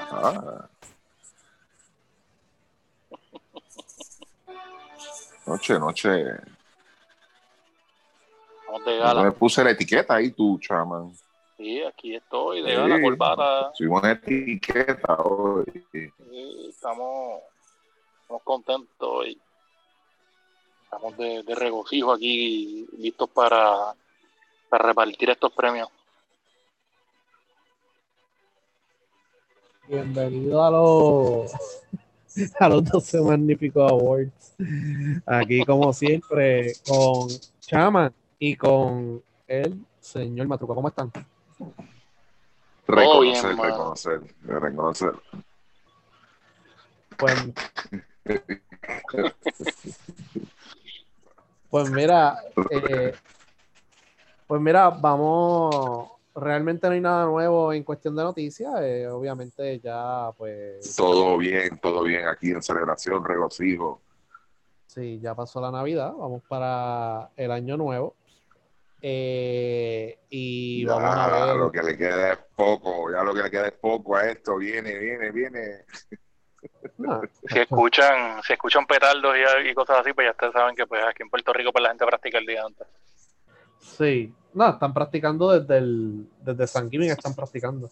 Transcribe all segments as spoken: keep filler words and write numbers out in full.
Ah. Noche, noche. Vamos de gala. Yo me puse la etiqueta ahí, tú, chaman. Sí, aquí estoy, de gala, corbata. Subimos una etiqueta hoy. Sí, estamos, estamos contentos hoy. Estamos de, de regocijo aquí, listos para, para repartir estos premios. Bienvenido a los a los doce Magníficos Awards. Aquí, como siempre, con Chama y con el señor Matruca. ¿Cómo están? Reconocer, bien, reconocer, reconocer. Pues, pues mira, eh, pues mira, vamos. Realmente no hay nada nuevo en cuestión de noticias. Eh, obviamente ya, pues. Todo bien, todo bien aquí en celebración, regocijo. Sí, ya pasó la Navidad. Vamos para el año nuevo. Eh, y Ya vamos a ver. lo que le queda es poco, ya lo que le queda es poco a esto. Viene, viene, viene. No, Si escuchan, si escuchan petardos y, y cosas así, pues ya ustedes saben que pues aquí en Puerto Rico pues la gente practica el día antes. sí, no, están practicando desde el desde San Giving están practicando.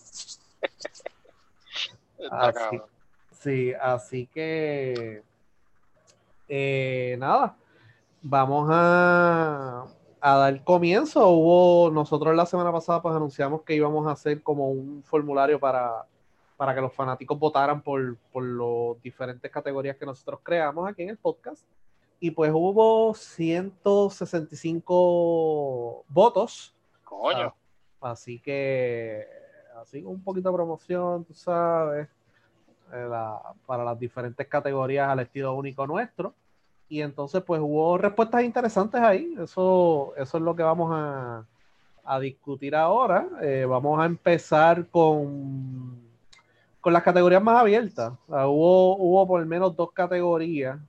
Así, sí, así que eh, nada, vamos a, a dar comienzo. Hubo, nosotros la semana pasada pues anunciamos que íbamos a hacer como un formulario para, para que los fanáticos votaran por, por las diferentes categorías que nosotros creamos aquí en el podcast. Y pues hubo ciento sesenta y cinco votos. Coño. Así que, así con un poquito de promoción, tú sabes, eh, la, para las diferentes categorías al estilo único nuestro. Y entonces, pues hubo respuestas interesantes ahí. Eso, eso es lo que vamos a, a discutir ahora. Eh, vamos a empezar con, con las categorías más abiertas. O sea, hubo, hubo por lo menos dos categorías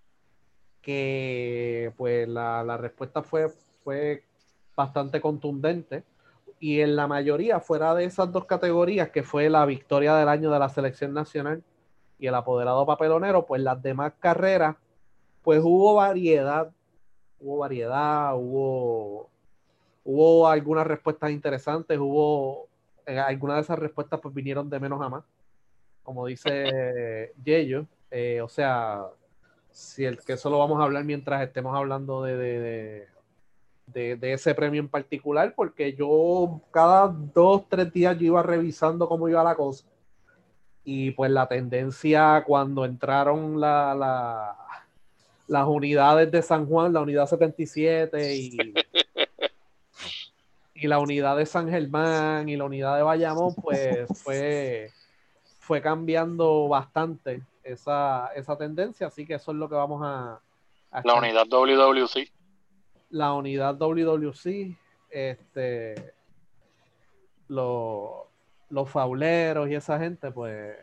que pues la, la respuesta fue, fue bastante contundente. Y en la mayoría, fuera de esas dos categorías, que fue la victoria del año de la selección nacional y el apoderado papelonero, pues las demás carreras, pues hubo variedad, hubo variedad, hubo, hubo algunas respuestas interesantes, hubo, eh, algunas de esas respuestas pues vinieron de menos a más, como dice Yello, eh, o sea, si el que eso lo vamos a hablar mientras estemos hablando de, de, de, de, de ese premio en particular, porque yo cada dos, tres días yo iba revisando cómo iba la cosa. Y pues la tendencia cuando entraron la, la, las unidades de San Juan, la unidad setenta y siete y, y la unidad de San Germán y la unidad de Bayamón, pues fue, fue cambiando bastante esa, esa tendencia. Así que eso es lo que vamos a... a la unidad W W C. La unidad W W C, este, los, los fauleros y esa gente, pues,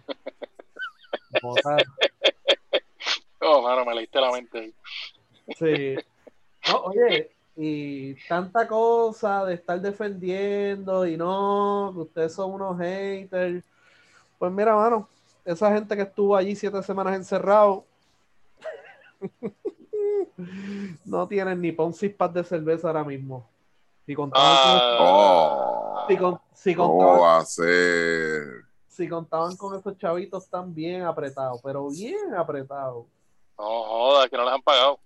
votar. Oh, mano, me leíste la mente. Sí. No, oye, y tanta cosa de estar defendiendo y no, que ustedes son unos haters. Pues mira, mano, esa gente que estuvo allí siete semanas encerrado no tienen ni pa' un six pack de cerveza ahora mismo. Si contaban Ah, con, Oh, si, con, si ¿cómo contaban, va a ser? si contaban con esos chavitos tan bien apretados, pero bien apretados. no joda, que no les han pagado.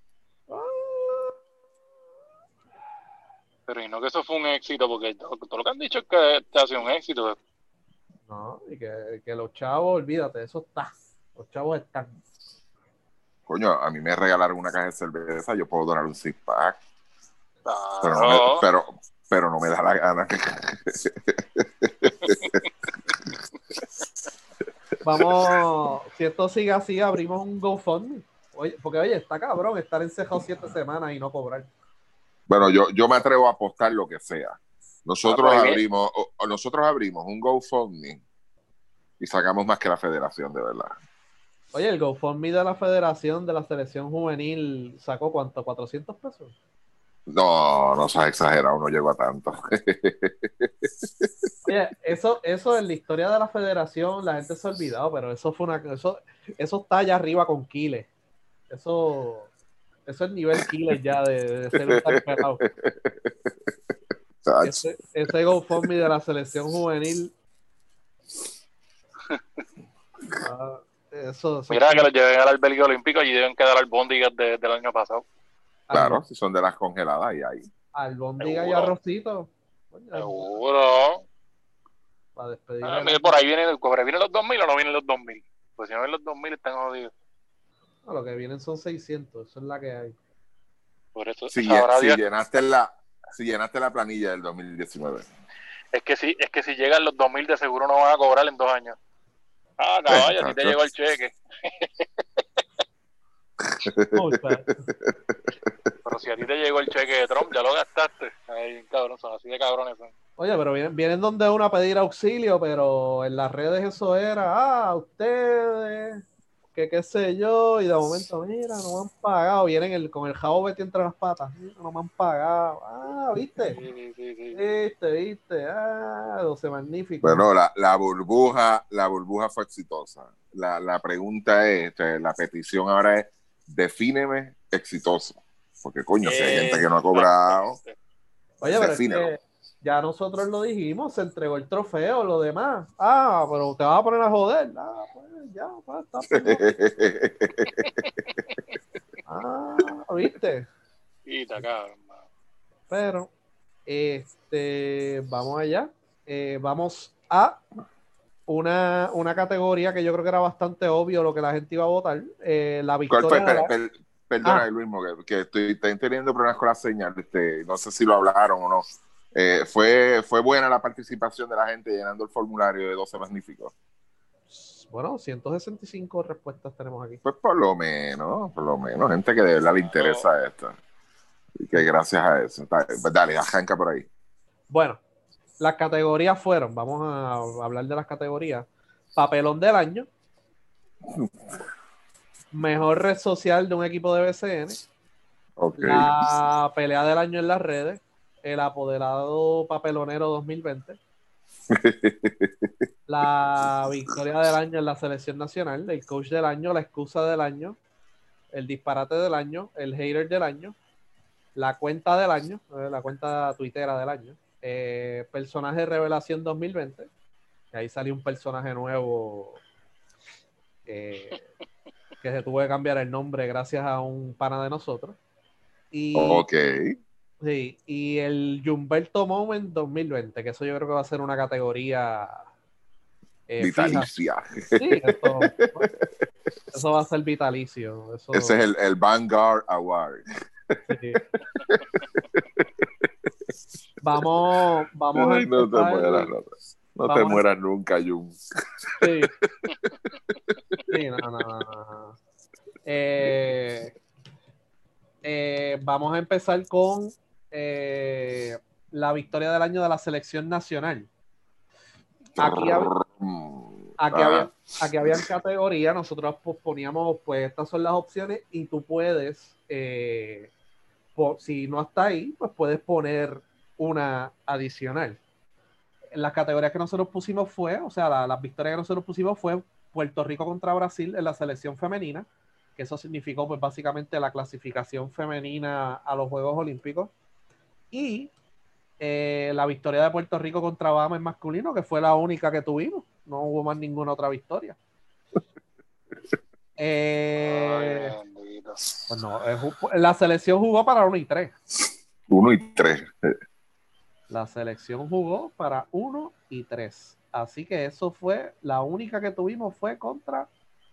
Pero y no que eso fue un éxito, porque todo, todo lo que han dicho es que este ha sido un éxito. No, y que, que los chavos, olvídate, eso está. Los chavos están. Coño, a mí me regalaron una caja de cerveza, yo puedo donar un six pack. Claro. Pero no me, pero, pero no me da la gana. Vamos, si esto sigue así, abrimos un GoFundMe. Oye, porque oye, está cabrón estar encerrado siete semanas y no cobrar. Bueno, yo, yo me atrevo a apostar lo que sea. Nosotros Ah, pues abrimos, o, o nosotros abrimos un GoFundMe y sacamos más que la federación, de verdad. Oye, el GoFundMe de la Federación de la Selección Juvenil sacó ¿cuánto? ¿cuatrocientos pesos? No, no seas exagerado, no llego a tanto. Oye, Oye, eso, eso en la historia de la federación la gente se ha olvidado, pero eso fue una, eso, eso está allá arriba con Kile. Eso, eso es nivel Kile ya de, de ser un tan pelado. Ese, ese GoFundMe de la selección juvenil. Uh, eso, eso Mira fue... que los lleven al albergue olímpico y deben quedar albóndigas de, del año pasado. Claro, si son de las congeladas y ahí. Albóndiga y arrocito. Seguro. Para despedir. Ah, mira, por ahí vienen, por ahí vienen los dos mil o no vienen los dos mil. Pues si no vienen los dos mil están jodidos. No, lo que vienen son seiscientos, eso es la que hay. Por eso, si, sabrá si Dios. llenaste la si llenaste la planilla del dos mil diecinueve. Es que si, es que si llegan los dos mil de seguro no van a cobrar en dos años. Ah, caballo, eh, a ti te llegó el cheque. Pero si a ti te llegó el cheque de Trump, ya lo gastaste. Ay, cabrón, son así de cabrones son. Oye, pero vienen, vienen donde uno a pedir auxilio, pero en las redes eso era, ah, ustedes, que qué sé yo, y de momento, mira, no me han pagado, vienen el, con el jabo metido entre las patas, mira, no me han pagado, ah, viste, sí, sí, sí, sí. viste, viste, ah, doce magnífico. Bueno, la, la burbuja, la burbuja fue exitosa. La, la pregunta es, la petición ahora es, defíneme exitoso, porque coño, si hay gente que no ha cobrado, oye, pero es que ya nosotros lo dijimos, se entregó el trofeo, lo demás. Ah, pero te vas a poner a joder. Ah, pues ya, pues, está. Ah, ¿viste? Y está cabrón. Pero, este, vamos allá. Eh, vamos a una, una categoría que yo creo que era bastante obvio lo que la gente iba a votar. Eh, la victoria. ¿Cuál fue? De la... Per, per, perdona, ah. Luis, que, que estoy, estoy teniendo problemas con la señal. Este, no sé si lo hablaron o no. Eh, fue, fue buena la participación de la gente llenando el formulario de doce magníficos. Bueno, ciento sesenta y cinco respuestas tenemos aquí. Pues por lo menos, por lo menos, gente que de verdad le interesa oh. esto. Y que gracias a eso. Pues dale, arranca por ahí. Bueno, las categorías fueron, vamos a hablar de las categorías. Papelón del año. Mejor red social de un equipo de B C N. Okay. La pelea del año en las redes. El apoderado papelonero dos mil veinte. La victoria del año en la selección nacional. El coach del año. La excusa del año. El disparate del año. El hater del año. La cuenta del año. La cuenta tuitera del año. Eh, personaje revelación dos mil veinte. Y ahí salió un personaje nuevo eh, que se tuvo que cambiar el nombre gracias a un pana de nosotros. Y, ok. Sí, y el Humberto Moment dos mil veinte, que eso yo creo que va a ser una categoría eh, vitalicia. Fija. Sí, eso, eso va a ser vitalicio. Eso... Ese es el, el Vanguard Award. Sí. Vamos, vamos a Ay, no te mueras, no, no te mueras a... nunca, Jun. Sí. Sí, no, no, no, no. Eh, eh, vamos a empezar con eh, la victoria del año de la selección nacional. Aquí, hab... aquí, ah. había, aquí habían categorías, nosotros pues, poníamos, pues estas son las opciones y tú puedes, eh, por, si no está ahí, pues puedes poner una adicional. Las categorías que nosotros pusimos fue, o sea, la, las victorias que nosotros pusimos fue Puerto Rico contra Brasil en la selección femenina, que eso significó pues básicamente la clasificación femenina a los Juegos Olímpicos, y eh, la victoria de Puerto Rico contra Bahamas en masculino, que fue la única que tuvimos, no hubo más ninguna otra victoria. eh, Ay, pues no, la selección jugó para uno y tres. Uno y tres. La selección jugó para uno y tres. Así que eso fue, la única que tuvimos fue contra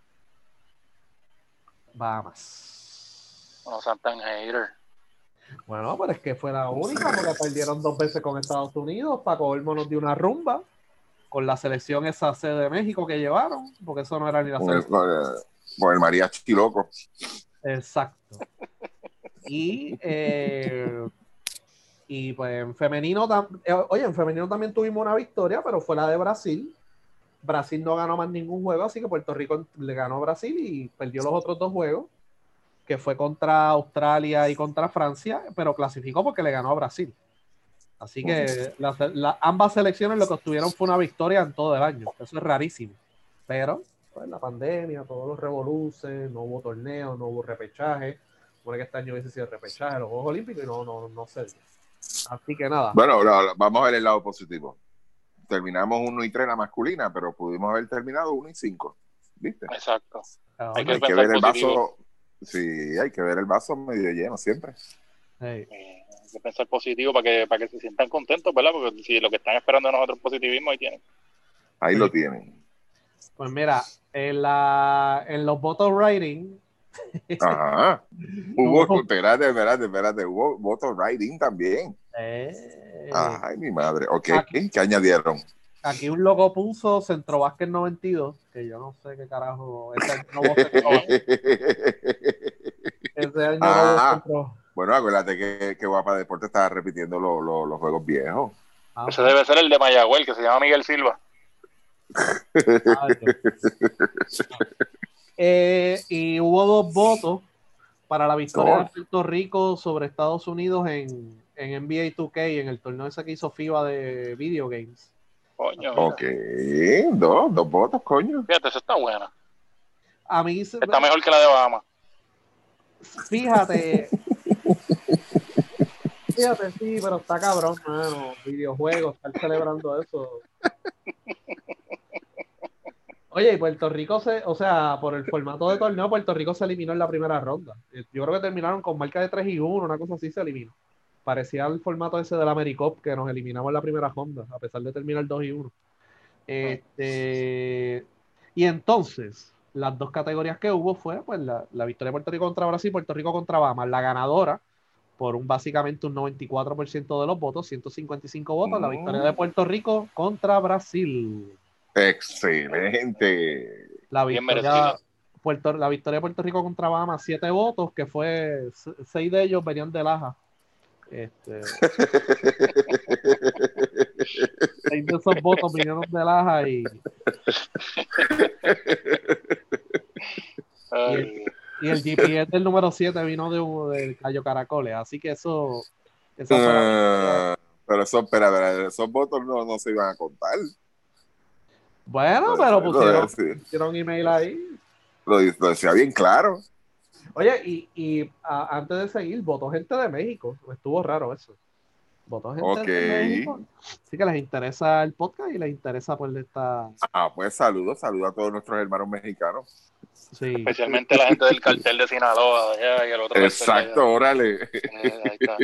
Bahamas. No sean tan hater. Bueno, pero es que fue la única, porque perdieron dos veces con Estados Unidos, para cogernos de una rumba, con la selección esa C de México que llevaron, porque eso no era ni la selección. Con el, con el mariachi loco. Exacto. Y, eh, y pues en femenino, eh, oye, en femenino también tuvimos una victoria, pero fue la de Brasil. Brasil no ganó más ningún juego, así que Puerto Rico le ganó a Brasil y perdió los otros dos juegos, que fue contra Australia y contra Francia, pero clasificó porque le ganó a Brasil. Así que la, la, ambas selecciones lo que obtuvieron fue una victoria en todo el año. Eso es rarísimo. Pero pues, la pandemia, todos los revoluces, no hubo torneo, no hubo repechaje. Supone que este año hubiese sido repechaje, los Juegos Olímpicos y no, no, no se dio. Así que nada. Bueno, no, vamos a ver el lado positivo. Terminamos uno y tres la masculina, pero pudimos haber terminado uno y cinco. ¿Viste? Exacto. Ah, hay que, hay que ver el vaso. Sí, hay que ver el vaso medio lleno siempre. Hey. Eh, hay que pensar positivo para que, para que se sientan contentos, ¿verdad? Porque si lo que están esperando de nosotros es positivismo, ahí tienen. Ahí sí. lo tienen. Pues mira, en, la, en los voto writing. Ajá. Hubo, espérate, espérate, espérate. Hubo voto writing también. Eh, Ay, mi madre. Ok, aquí, ¿qué añadieron? Aquí un loco puso Centro Vázquez noventa y dos, que yo no sé qué carajo. Ese año no voté. Ese año ah, no voté Centro. Bueno, acuérdate que, que Guapa Deporte estaba repitiendo lo, lo, los juegos viejos. Ah, ese debe ser el de Mayagüez, que se llama Miguel Silva. Ay, eh, y hubo dos votos para la victoria oh. de Puerto Rico sobre Estados Unidos en, en N B A dos K, en el torneo ese que hizo FIBA de video games. Coño, ok, dos, dos votos, coño. Fíjate, eso está buena. A mí se... Está mejor que la de Bahamas. Fíjate. Fíjate, sí, pero está cabrón, mano. Videojuegos, estar celebrando eso. Oye, y Puerto Rico se, o sea, por el formato de torneo, Puerto Rico se eliminó en la primera ronda. Yo creo que terminaron con marca de tres y uno, una cosa así se eliminó. Parecía el formato ese del AmeriCup que nos eliminamos en la primera ronda, a pesar de terminar dos y uno. Este, y entonces, las dos categorías que hubo fue pues la, la victoria de Puerto Rico contra Brasil, Puerto Rico contra Bahamas. La ganadora, por un básicamente un noventa y cuatro por ciento de los votos, ciento cincuenta y cinco votos, mm. la victoria de Puerto Rico contra Brasil. Excelente. La victoria, Puerto, la victoria de Puerto Rico contra Bahamas, siete votos, que fue, seis de ellos venían de Laja. Este, seis de esos votos vinieron de Laja y, y, el, y el G P S del número siete vino de, del Cayo Caracoles, así que eso, esa fue la uh, pero eso, espera, espera, esos votos no, no se iban a contar. Bueno, lo pero decía, pusieron, pusieron email ahí. Lo, lo decía bien claro. Oye, y, y a, antes de seguir, votó gente de México. Estuvo raro eso. Votó gente okay. de México. Así que les interesa el podcast y les interesa pues esta... Ah, pues saludos, saludos a todos nuestros hermanos mexicanos. Sí. Especialmente la gente del cartel de Sinaloa. Ya, y el otro exacto, órale. Eh, ahí está.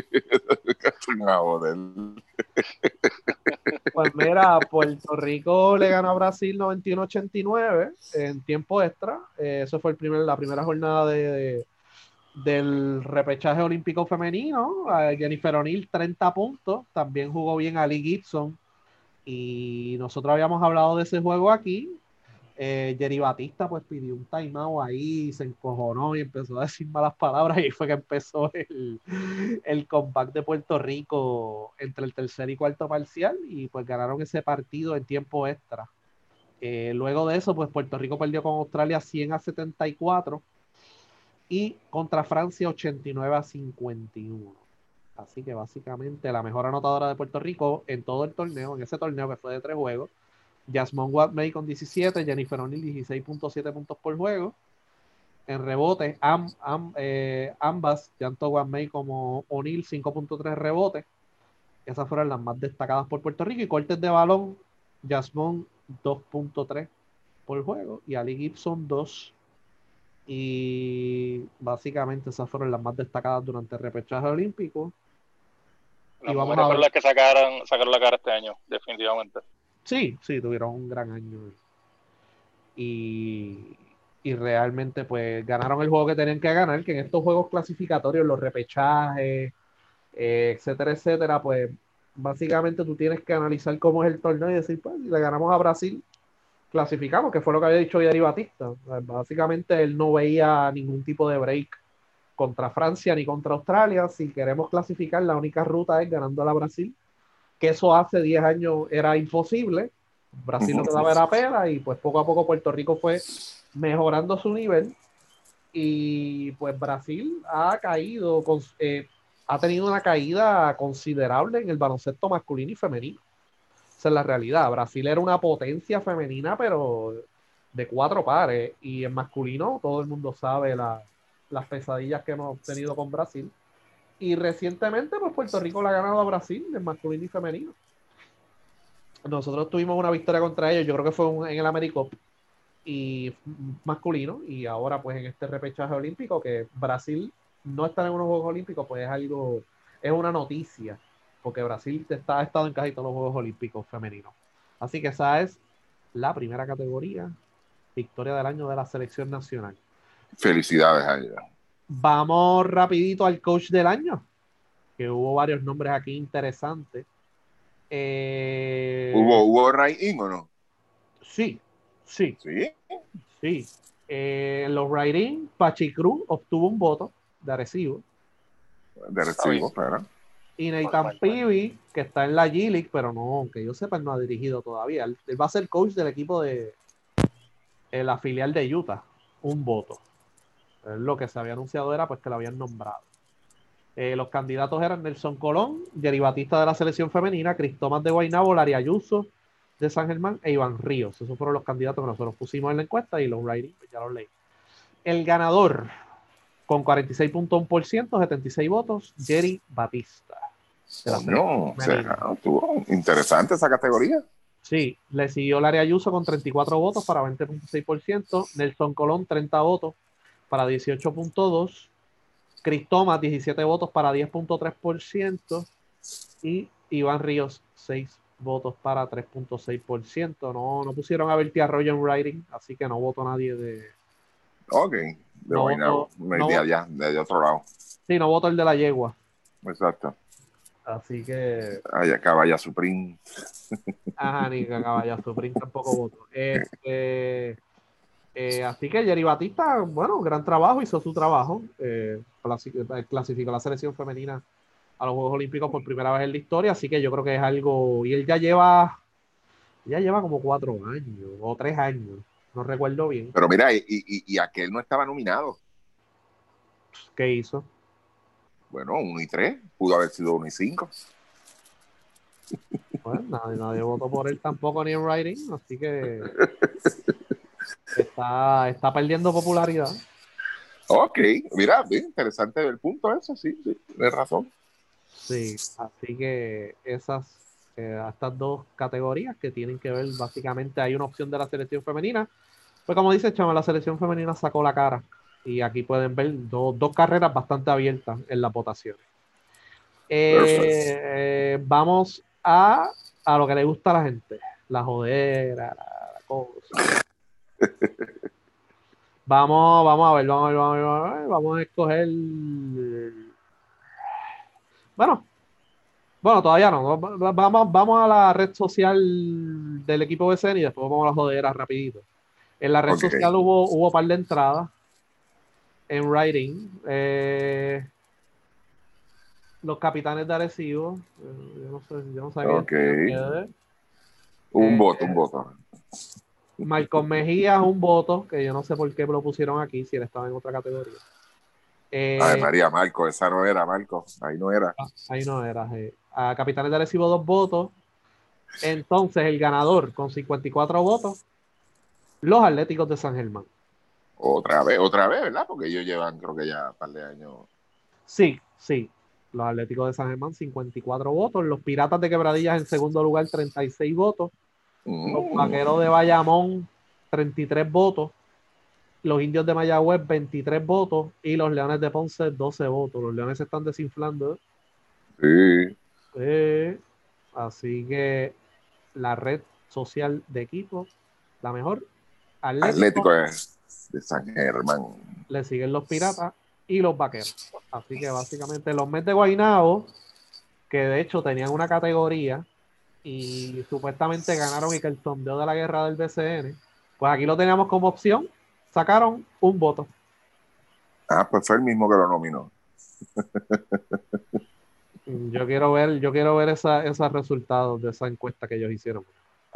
Pues mira, Puerto Rico le ganó a Brasil noventa y uno a ochenta y nueve en tiempo extra. Eh, eso fue el primer, la primera jornada de, de, del repechaje olímpico femenino. A Jennifer O'Neill, treinta puntos. También jugó bien Ali Gibson. Y nosotros habíamos hablado de ese juego aquí. Eh, Jerry Batista pues pidió un timeout ahí, se encojonó y empezó a decir malas palabras, y fue que empezó el, el comeback de Puerto Rico entre el tercer y cuarto parcial, y pues ganaron ese partido en tiempo extra. Eh, luego de eso pues Puerto Rico perdió con Australia cien a setenta y cuatro y contra Francia ochenta y nueve a cincuenta y uno. Así que básicamente la mejor anotadora de Puerto Rico en todo el torneo, en ese torneo que fue de tres juegos, Jasmine Watmey con diecisiete, Jennifer O'Neill dieciséis punto siete puntos por juego. En rebote, am, am, eh, ambas, tanto Watmey como O'Neill, cinco punto tres rebotes. Esas fueron las más destacadas por Puerto Rico. Y cortes de balón, Jasmine dos punto tres por juego y Ali Gibson dos. Y básicamente esas fueron las más destacadas durante el repechaje olímpico. Las y vamos mujeres a ver. fueron las que sacaron, sacaron la cara este año, definitivamente. Sí, sí, tuvieron un gran año. Y, y realmente pues ganaron el juego que tenían que ganar, que en estos juegos clasificatorios, los repechajes, eh, etcétera, etcétera, pues básicamente tú tienes que analizar cómo es el torneo y decir, pues si le ganamos a Brasil, clasificamos, que fue lo que había dicho Yari Batista. Básicamente él no veía ningún tipo de break contra Francia ni contra Australia. Si queremos clasificar, la única ruta es ganando a la Brasil, que eso hace diez años era imposible. Brasil no quedaba era pela, y pues poco a poco Puerto Rico fue mejorando su nivel, y pues Brasil ha caído con, eh, ha tenido una caída considerable en el baloncesto masculino y femenino. Esa es la realidad. Brasil era una potencia femenina, pero de cuatro pares. Y en masculino, todo el mundo sabe la, las pesadillas que hemos tenido con Brasil. Y recientemente, pues Puerto Rico le ha ganado a Brasil en masculino y femenino. Nosotros tuvimos una victoria contra ellos, yo creo que fue un, en el AmeriCup y masculino, y ahora pues en este repechaje olímpico que Brasil no está en unos Juegos Olímpicos, pues es algo, es una noticia, porque Brasil está, ha estado en casi todos los Juegos Olímpicos femeninos. Así que esa es la primera categoría, victoria del año de la selección nacional. Felicidades a ella. Vamos rapidito al coach del año, que hubo varios nombres aquí interesantes. Eh, ¿Hubo, hubo write-in o no? Sí, sí. Sí. Sí. Eh, los write-in, Pachi Cruz obtuvo un voto de Arecibo. De recibo, claro. Y Nathan Peavy, que está en la G-League, pero no, que yo sepa, no ha dirigido todavía. Él, él va a ser coach del equipo de eh, la filial de Utah. Un voto. Eh, lo que se había anunciado era pues que lo habían nombrado. Eh, los candidatos eran Nelson Colón, Jerry Batista de la selección femenina, Cristóbal de Guaynabo, Larry Ayuso de San Germán e Iván Ríos. Esos fueron los candidatos que nosotros pusimos en la encuesta y los writing, pues ya los leí. El ganador, con cuarenta y seis punto uno por ciento, setenta y seis votos, Jerry Batista. Oh, no, o sea, estuvo interesante esa categoría. Sí, le siguió Larry Ayuso con treinta y cuatro votos para veinte punto seis por ciento, Nelson Colón treinta votos para dieciocho punto dos por ciento, Chris Thomas diecisiete votos para diez punto tres por ciento y Iván Ríos seis votos para tres punto seis por ciento. No, no pusieron a Bertie Arroyo en writing, así que no votó nadie de... Ok, de no Guaynabo, no, de allá, de otro lado. Sí, no votó el de la yegua. Exacto. Así que... Ay, acá vaya Supreme. Ajá, ni que Caballa Supreme tampoco votó. Este... Eh, así que Jerry Batista, bueno, gran trabajo, hizo su trabajo. Eh, clasificó la selección femenina a los Juegos Olímpicos por primera vez en la historia, así que yo creo que es algo. Y él ya lleva, ya lleva como cuatro años o tres años, no recuerdo bien. Pero mira, y, y, y aquel no estaba nominado. ¿Qué hizo? Bueno, uno y tres, pudo haber sido uno y cinco. Pues nadie, nadie votó por él tampoco ni en writing, así que está, está perdiendo popularidad. Ok, mira, bien interesante el punto eso, sí, sí, tienes razón. Sí, así que esas, eh, estas dos categorías que tienen que ver, básicamente hay una opción de la selección femenina. Pues como dice Chama, la selección femenina sacó la cara y aquí pueden ver do, dos carreras bastante abiertas en las votaciones. Eh, eh, vamos a, a lo que le gusta a la gente, la jodera, la, la cosa. Vamos, vamos a ver, vamos a ver, vamos a ver, vamos a ver, vamos a escoger. Bueno, bueno, todavía no. Vamos, vamos a la red social del equipo B C N y después vamos a la jodera rapidito. En la red Okay. social hubo, hubo un par de entradas en writing. Eh, los capitanes de Arecibo. Eh, yo no sé, yo no sabía. Okay. Que, un eh, voto, un voto. Malcolm Mejía, un voto, que yo no sé por qué lo pusieron aquí, si él estaba en otra categoría. Eh, Ay, María, Marco, esa no era, Marco, ahí no era. Ahí no era. Eh. A Capitanes de Arecibo, dos votos. Entonces, el ganador con cincuenta y cuatro votos, los Atléticos de San Germán. Otra vez, otra vez, ¿verdad? Porque ellos llevan, creo que ya un par de años. Sí, sí. Los Atléticos de San Germán, cincuenta y cuatro votos. Los Piratas de Quebradillas en segundo lugar, treinta y seis votos. Mm. Los Vaqueros de Bayamón, treinta y tres votos. Los Indios de Mayagüez, veintitrés votos. Y los Leones de Ponce, doce votos. Los Leones se están desinflando. Sí. Eh, así que la red social de equipo, la mejor. Atlético, Atlético de, de San Germán. Le siguen los Piratas y los Vaqueros. Así que básicamente los Mets de Guaynabo, que de hecho tenían una categoría y supuestamente ganaron y que el sondeo de la guerra del B C N, pues aquí lo teníamos como opción, sacaron un voto. Ah, pues fue el mismo que lo nominó. Yo quiero ver, yo quiero ver esa, esos resultados de esa encuesta que ellos hicieron.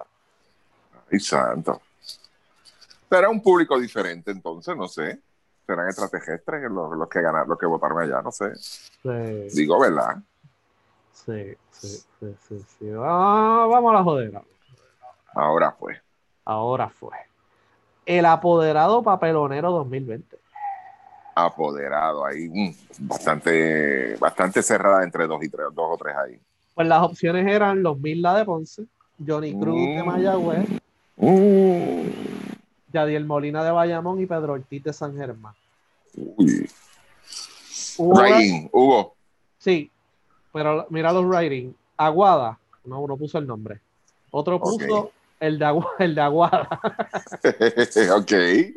Ay, santo. Será un público diferente entonces, no sé. serán extraterrestres los, los que ganaron, los que votaron allá, no sé. Sí. Digo, ¿verdad? Sí, sí, sí, sí, sí. Ah, vamos a la jodera. Ahora fue. Ahora fue. El apoderado papelonero dos mil veinte. Apoderado ahí, mm, bastante, bastante cerrada entre dos y tres, dos o tres ahí. Pues las opciones eran los Mirla de Ponce, Johnny Cruz de Mm, Mayagüez, mm, Yadiel Molina de Bayamón y Pedro Ortiz de San Germán. uy. Hubo una, Rain, Hugo. sí, pero mira los writing. Aguada, no, uno puso el nombre. Otro puso Ok. el de, Agu- el de Aguada. Ok.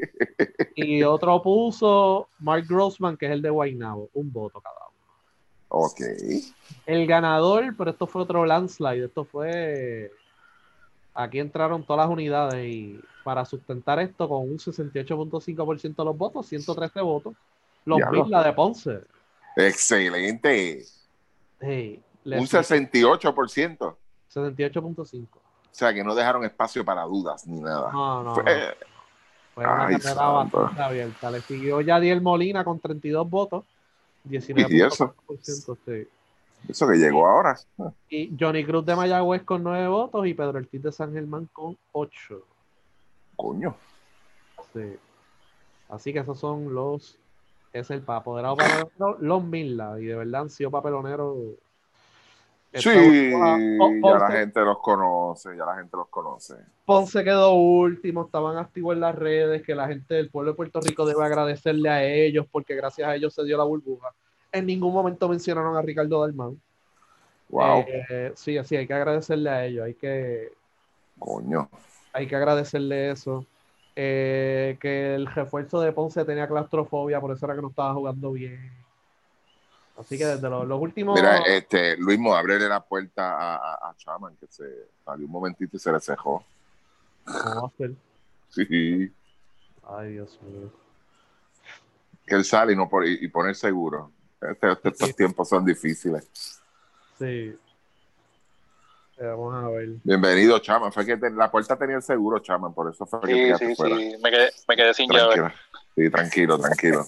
Y otro puso Mark Grossman, que es el de Guaynabo. Un voto cada uno. Ok. El ganador, pero esto fue otro landslide. Esto fue. Aquí entraron todas las unidades y para sustentar esto con un sesenta y ocho punto cinco por ciento de los votos, ciento trece votos, los Diablo. Mirla de Ponce. Excelente. Hey, le Un subieron sesenta y ocho por ciento. sesenta y ocho punto cinco. O sea, que no dejaron espacio para dudas ni nada. No, no, Fue, no. Fue una ay, carrera santo. bastante abierta. Le siguió Yadiel Molina con treinta y dos votos, ¿Y eso? diecinueve punto cuatro por ciento. Sí. Eso que llegó ahora. Y Johnny Cruz de Mayagüez con nueve votos y Pedro Ortiz de San Germán con ocho. Coño. Sí. Así que esos son los. Es el apoderado papelonero, los Mirla. Y de verdad han sido papeloneros. Sí, Esta burbuja- Po- ya la Ponce, gente los conoce, ya la gente los conoce. Ponce quedó último, estaban activos en las redes, que la gente del pueblo de Puerto Rico debe agradecerle a ellos, porque gracias a ellos se dio la burbuja. En ningún momento mencionaron a Ricardo Dalmau. Wow, Eh, sí, así hay que agradecerle a ellos, hay que, coño. hay que agradecerle eso. Eh, que el refuerzo de Ponce tenía claustrofobia, por eso era que no estaba jugando bien. Así que desde los, los Mira, últimos. este, Luismo, ábrele la puerta a, a, a Chaman, que se salió un momentito y se le cejó. ¿Cómo va a ser? Sí, Ay, Dios mío. que él sale y, no por, y, y pone seguro. Este, este- estos Sí, tiempos son difíciles. sí. Eh, Vamos a ver. Bienvenido, Chaman. Fue que te- la puerta tenía el seguro, Chaman, por eso fue que te Sí, quedaste sí, fuera. sí. Me quedé, me quedé sin llave. Tranquilo. Sí, tranquilo, tranquilo.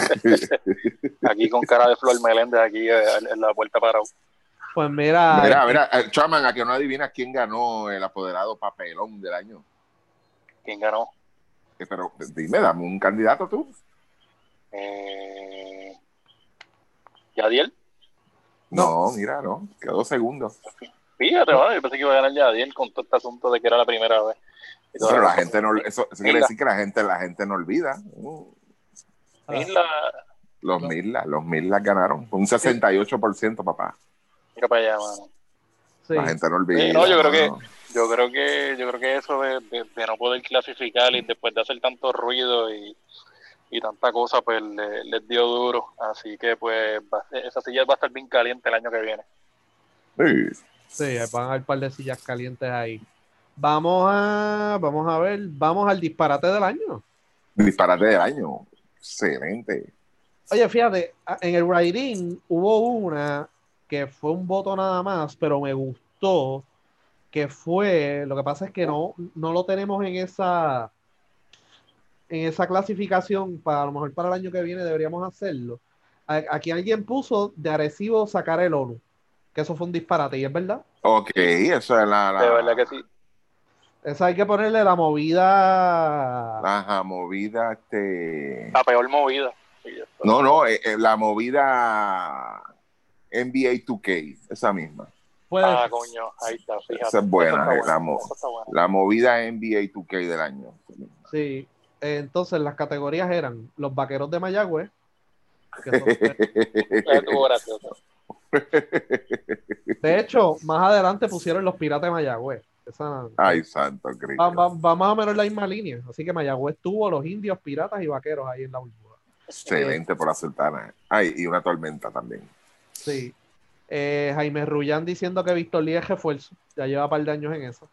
Aquí con cara de Flor Meléndez, aquí eh, en la puerta parado. Pues mira, Mira, este, mira, eh, Chaman, a que no adivinas quién ganó el apoderado papelón del año. ¿Quién ganó? Eh, Pero dime, dame un candidato tú. Eh, ¿Yadiel? No, mira, no. Quedó segundo. Fíjate, no, ¿no? Yo pensé que iba a ganar Yadiel con todo este asunto de que era la primera vez. Y toda Pero la cosa. gente no, eso, eso quiere Mirla, decir que la gente, la gente no olvida. Uh, Mirla, los no, Mirlas, los Mirlas ganaron. Un sesenta y ocho por ciento, papá. mira para allá, mano. La sí. gente no Sí, olvida. no, yo creo mano. que, yo creo que, yo creo que eso de, de, de no poder clasificar y después de hacer tanto ruido y, y tanta cosa, pues le- les dio duro. Así que pues va- esa silla va a estar bien caliente el año que viene. Sí. Sí, van a haber un par de sillas calientes ahí. Vamos a, vamos a ver, vamos al disparate del año. Disparate del año. Excelente. Oye, fíjate, a- en el writing hubo una que fue un voto nada más, pero me gustó, que fue, lo que pasa es que no, no lo tenemos en esa, en esa clasificación, para a lo mejor para el año que viene deberíamos hacerlo. A- Aquí alguien puso de Arecibo sacar el ONU, que eso fue un disparate, y es verdad. Ok, Sí, eso es la, de verdad la, que sí. Esa hay que ponerle la movida. la movida, este. La peor movida. Sí, ya está. No, no, eh, eh, la movida N B A dos K, esa misma. Puede Ah, ser. coño, ahí está, fíjate. Esa es Esa buena, está eh, buena. la, mo- Esa está buena. la movida N B A dos K del año. Sí. Entonces, las categorías eran los vaqueros de Mayagüez, que eso fue- Esa estuvo graciosa. De hecho, más adelante pusieron los piratas de Mayagüez. Esa, Ay, santo va, Cristo. va- va más o menos en la misma línea. Así que Mayagüez tuvo los indios, piratas y vaqueros ahí en la burbuja. Excelente por la sultana. Ay, y una tormenta también. Sí. Eh, Jaime Rullán diciendo que Víctor Lí es refuerzo. Ya lleva un par de años en eso.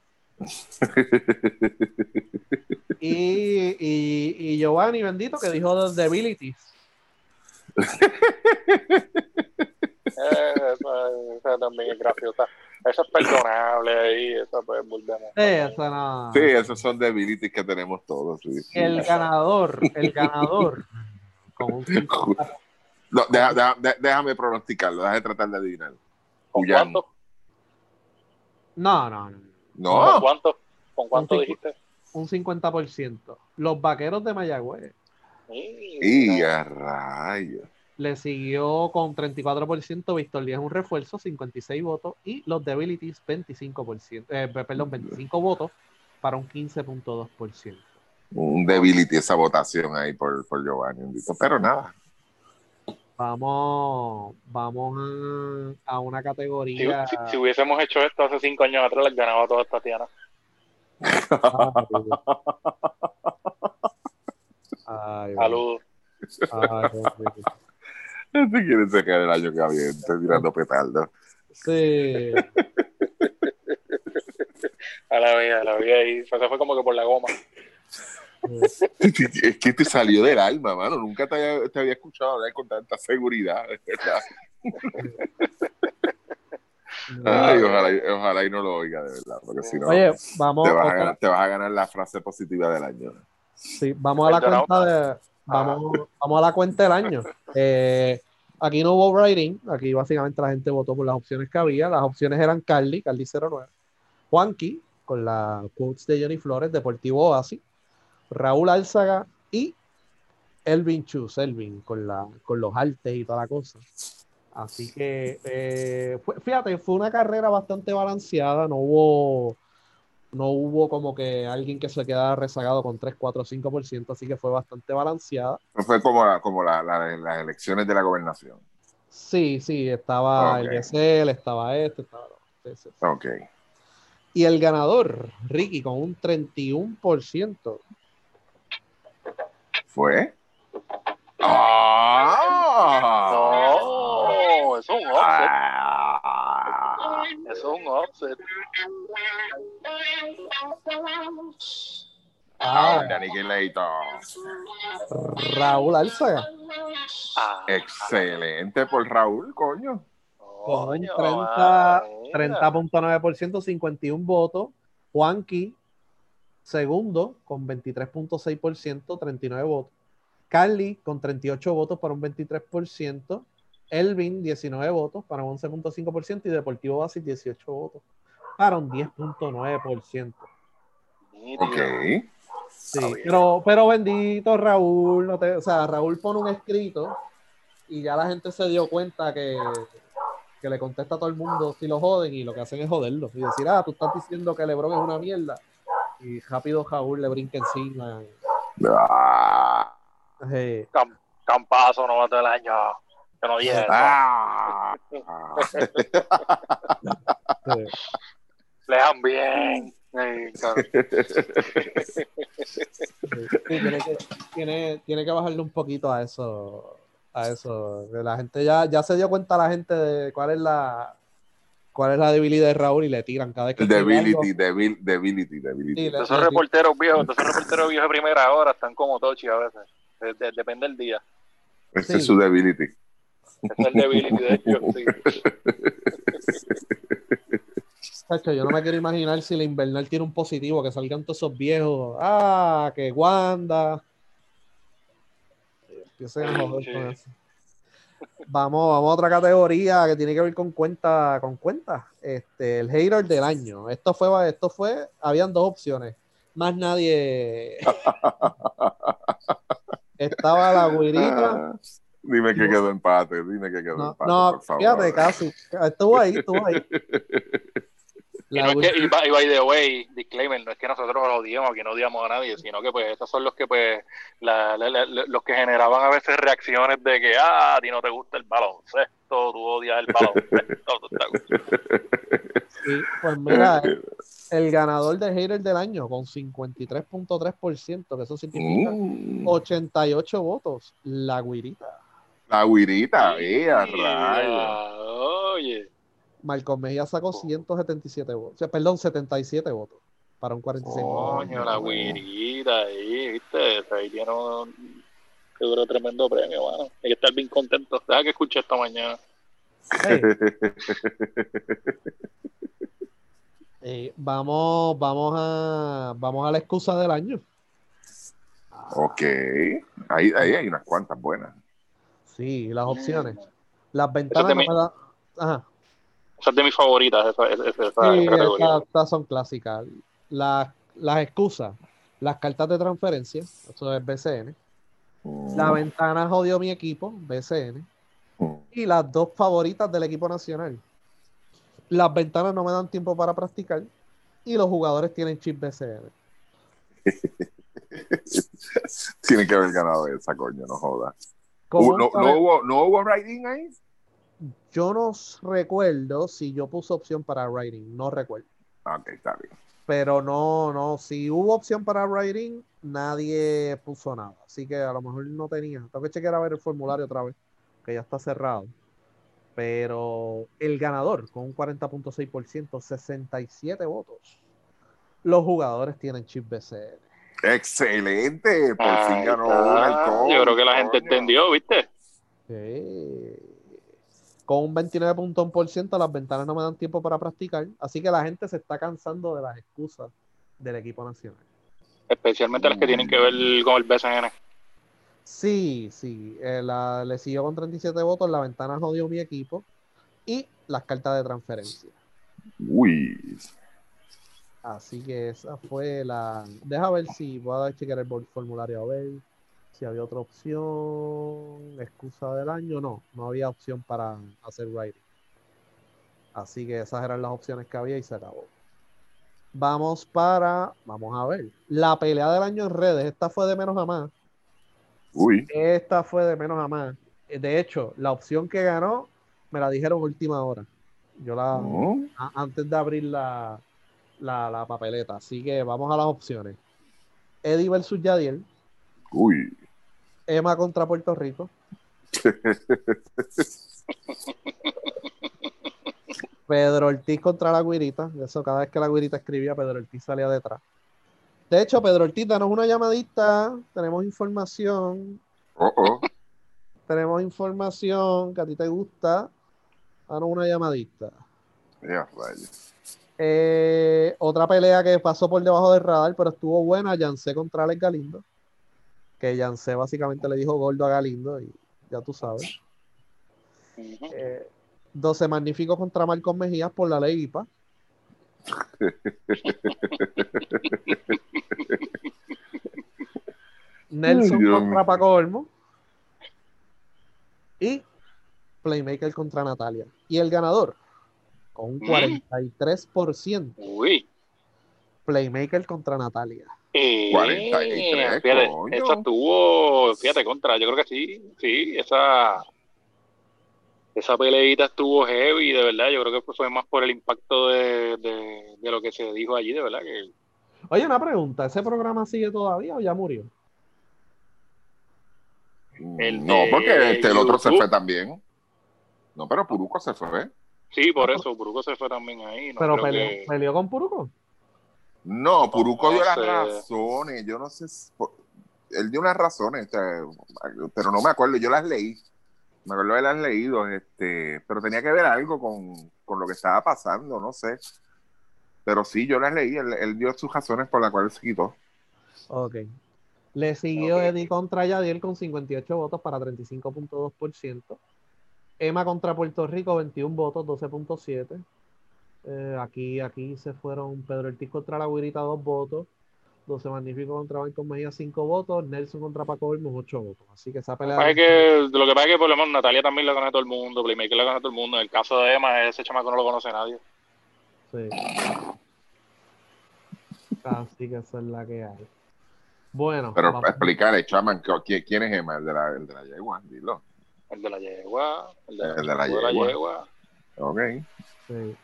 Y, y, y Giovanni, bendito, que dijo The Abilities. Eh, esa, esa también es graciosa. Esa es perdonable ahí. Esa pues volvemos. Sí, esa no. Sí, esos son debilities que tenemos todos. Sí, sí. El ganador, el ganador con un cincuenta. No, deja, deja, déjame pronosticarlo, déjame tratar de adivinar. ¿Con Huyang. cuánto? No, no, no. No. ¿Con cuánto? ¿Con cuánto Un dijiste? Un cincuenta por ciento. Los Vaqueros de Mayagüez. Y a rayos. Le siguió con treinta y cuatro por ciento Víctor Díaz, un refuerzo, cincuenta y seis votos. Y los Debilities, veinticinco por ciento. Eh, perdón, veinticinco votos para un quince punto dos por ciento. Un debility esa votación ahí por, por Giovanni. Pero nada. Vamos, vamos a, a una Si, categoría. si, si hubiésemos hecho esto hace cinco años atrás, les ganaba todas Tatiana. Ay, Saludos. ay, Este quiere sacar el año que viene, estoy tirando petardo. sí. A la vida, a la vida. Y eso fue como que por la goma. Es que te salió del alma, mano. Nunca te había, te había escuchado hablar con tanta seguridad, de verdad. Ay, ojalá, ojalá y no lo oiga, de verdad, porque si no, Oye, vamos, te, vas a otra, ganar, te vas a ganar la frase positiva del año. sí, vamos a la Perdonado. cuenta de, vamos, vamos a la cuenta del año. Eh, aquí no hubo writing, aquí básicamente la gente votó por las opciones que había. Las opciones eran Carly, Carly cero nueve, Juanqui, con la quotes de Johnny Flores, Deportivo Oasis, Raúl Álzaga y Elvin Chus, Elvin, con, la, con los artes y toda la cosa. Así que, eh, fue, fíjate, fue una carrera bastante balanceada, no hubo, no hubo como que alguien que se quedara rezagado con tres, cuatro, cinco por ciento, así que fue bastante balanceada. Fue como, la, como la, la, las elecciones de la gobernación. Sí, sí, estaba Okay. el Gesell, estaba este, estaba... Sí, sí, sí. Ok. Y el ganador, Ricky, con un treinta y uno por ciento. ¿Fue? ¡Ah! No, eso es un offset. Ah. Eso es un offset. Ah, Ah, Aniquilator. Raúl Álzaga, Ah, Excelente por Raúl, coño. con un coño, treinta mira. treinta punto nueve por ciento, cincuenta y uno votos. Juanqui, segundo, con veintitrés punto seis por ciento, treinta y nueve votos. Carly, con treinta y ocho votos para un veintitrés por ciento. Elvin, diecinueve votos para un once punto cinco por ciento. Y Deportivo Basis, dieciocho votos para un diez punto nueve por ciento. Ok. Sí, pero, pero bendito Raúl, no te, o sea, Raúl pone un escrito y ya la gente se dio cuenta que, que le contesta a todo el mundo si lo joden, y lo que hacen es joderlo y decir, ah, tú estás diciendo que LeBron es una mierda, y rápido Raúl le brinca encima. Ah. Sí. Cam, campazo no va todo el año. Que no diga eso. Ah. Sí. Lean bien. Ay, claro. Sí, tiene, que, tiene, tiene que bajarle un poquito a eso, a eso. La gente ya, ya se dio cuenta, la gente, de cuál es la cuál es la debilidad de Raúl, y le tiran cada vez que escribe algo. Debility, debil, debility, debility. Sí, De le, esos le, reporteros viejos, de esos reporteros viejos de primera hora están como Tochi a veces. De, de, depende del día. Ese sí. es su debility. Ese es el debility de ellos. Sí. Chacho, yo no me quiero imaginar si la Invernal tiene un positivo, que salgan todos esos viejos. Ah, que Wanda. Empiecen a joder Sí. con eso. Vamos, vamos a otra categoría que tiene que ver con cuenta, con cuenta. Este, el hater del año. Esto fue, esto fue, habían dos opciones. Más nadie. Estaba la güirita. Ah, dime que quedó empate, dime que quedó No, empate, no, por favor. fíjate, casi. Estuvo ahí, estuvo ahí. Y, no es que, y, by, y by the way, disclaimer, no es que nosotros los odiamos, que no odiamos a nadie, sino que pues estos son los que pues la, la, la, los que generaban a veces reacciones de que ah, a ti no te gusta el baloncesto, tú odias el baloncesto. Tú te... Sí, pues mira, el ganador de hater del año con cincuenta y tres punto tres por ciento, que eso significa mm. ochenta y ocho votos, la güirita. La güirita, Sí, eh, rayos. oye. Marcos Mejía sacó ciento setenta y siete votos, o sea, perdón, setenta y siete votos para un cuarenta y seis por ciento. Coño, la güirita ahí, viste, ahí tiene un seguro tremendo premio, mano. Hay que estar bien contento. Deja que escuche esta mañana. Hey. Eh, vamos, vamos a vamos a la excusa del año. Ok. Ahí, ahí hay unas cuantas buenas. Sí, las opciones. Las Esa es ventanas de no mi- me dan. Ajá. esa es de mis favoritas, esa, esa, esa- esa Sí, categoría. estas, estas son clásicas. Las, las excusas, las cartas de transferencia, eso es B C N. La Mm, ventana jodió mi equipo, B C N. mm. Y las dos favoritas del equipo nacional. Las ventanas no me dan tiempo para practicar y los jugadores tienen chip B C N. Tiene que haber ganado esa, coño, no jodas. Con Uh, un no, no cuarenta hubo, no hubo writing ahí. Yo no recuerdo si yo puse opción para writing, no recuerdo. Ok, está bien. Pero no, no, si hubo opción para writing, nadie puso nada. Así que a lo mejor no tenía. Tengo que chequear a ver el formulario otra vez, que ya está cerrado. Pero el ganador, con un cuarenta punto seis por ciento, sesenta y siete votos. Los jugadores tienen chip B C N. Excelente. Por fin Ahí ganó una el está. Yo creo coach, que la gente coño. entendió, ¿viste? Sí. Con un veintinueve punto uno por ciento las ventanas no me dan tiempo para practicar, así que la gente se está cansando de las excusas del equipo nacional. Especialmente las que tienen que ver con el B C N. Sí, sí, eh, la, le siguió con treinta y siete votos, la ventana jodió mi equipo y las cartas de transferencia. Uy. Así que esa fue la... Deja ver si voy a dar chequear el bol- formulario a ver si había otra opción. Excusa del año, no, no había opción para hacer writing. Así que esas eran las opciones que había y se acabó. Vamos para, vamos a ver, la pelea del año en redes. Esta fue de menos a más. Uy. Esta fue de menos a más. De hecho, la opción que ganó me la dijeron última hora. Yo la, Mm. a- antes de abrir la, la, la papeleta. Así que vamos a las opciones. Eddie versus Yadiel. Uy. Emma contra Puerto Rico. Pedro Ortiz contra la Guirita. Eso, cada vez que la Guirita escribía, Pedro Ortiz salía detrás. De hecho, Pedro Ortiz, danos una llamadita. Tenemos información. Oh, oh. Tenemos información que a ti te gusta. Danos una llamadita. Ya, vaya. Eh, otra pelea que pasó por debajo del radar, pero estuvo buena, Yancé contra Alex Galindo. Que Yancé básicamente le dijo gordo a Galindo y ya tú sabes. Uh-huh. Eh, doce Magníficos contra Marcos Mejías por la ley I P A. Nelson Ay, contra Dios. Paco Olmo. Y Playmaker contra Natalia. Y el ganador, con un cuarenta y tres por ciento. Uy. Playmaker contra Natalia. cuarenta y Eh, tres, fíjate, coño. esa estuvo, fíjate, contra, yo creo que sí, sí, esa, esa peleita estuvo heavy, de verdad, yo creo que fue más por el impacto de, de, de lo que se dijo allí, de verdad, que Oye, una pregunta, ¿ese programa sigue todavía o ya murió? el No, porque de este, el otro se YouTube, fue también. No, pero Puruco se fue. sí, Ah, por pero, eso, Bruco se fue también ahí, no pero creo peleó, que, peleó con Puruco. No, Puruco no dio las sé, razones. Yo no sé. si- Él dio unas razones, este, pero no me acuerdo. Yo las leí. Me acuerdo de las leído, este, pero tenía que ver algo con, con lo que estaba pasando, no sé. Pero sí, yo las leí. Él, él dio sus razones por las cuales se quitó. Ok. Le siguió okay. Eddie contra Yadiel con cincuenta y ocho votos para treinta y cinco punto dos por ciento. Emma contra Puerto Rico, veintiún votos, doce punto siete por ciento. Eh, aquí, aquí se fueron Pedro Ortiz contra la Guirita, dos votos. doce Magníficos contra Marcos Mejía, cinco votos. Nelson contra Paco Olmos, ocho votos. Así que esa Lo que pelea pasa no es que, lo que pasa es que por lo menos Natalia también la conoce todo el mundo, Playmaker la conoce todo el mundo, en el caso de Emma, ese chamaco no lo conoce nadie. Sí. Así que esa es la que hay. Bueno, Pero vamos. explicarle, chaman, ¿quién, quién es Emma? El de la, el de la yegua, dilo. El de la yegua, el de la, El de la de la yegua. yegua. Ok. Sí.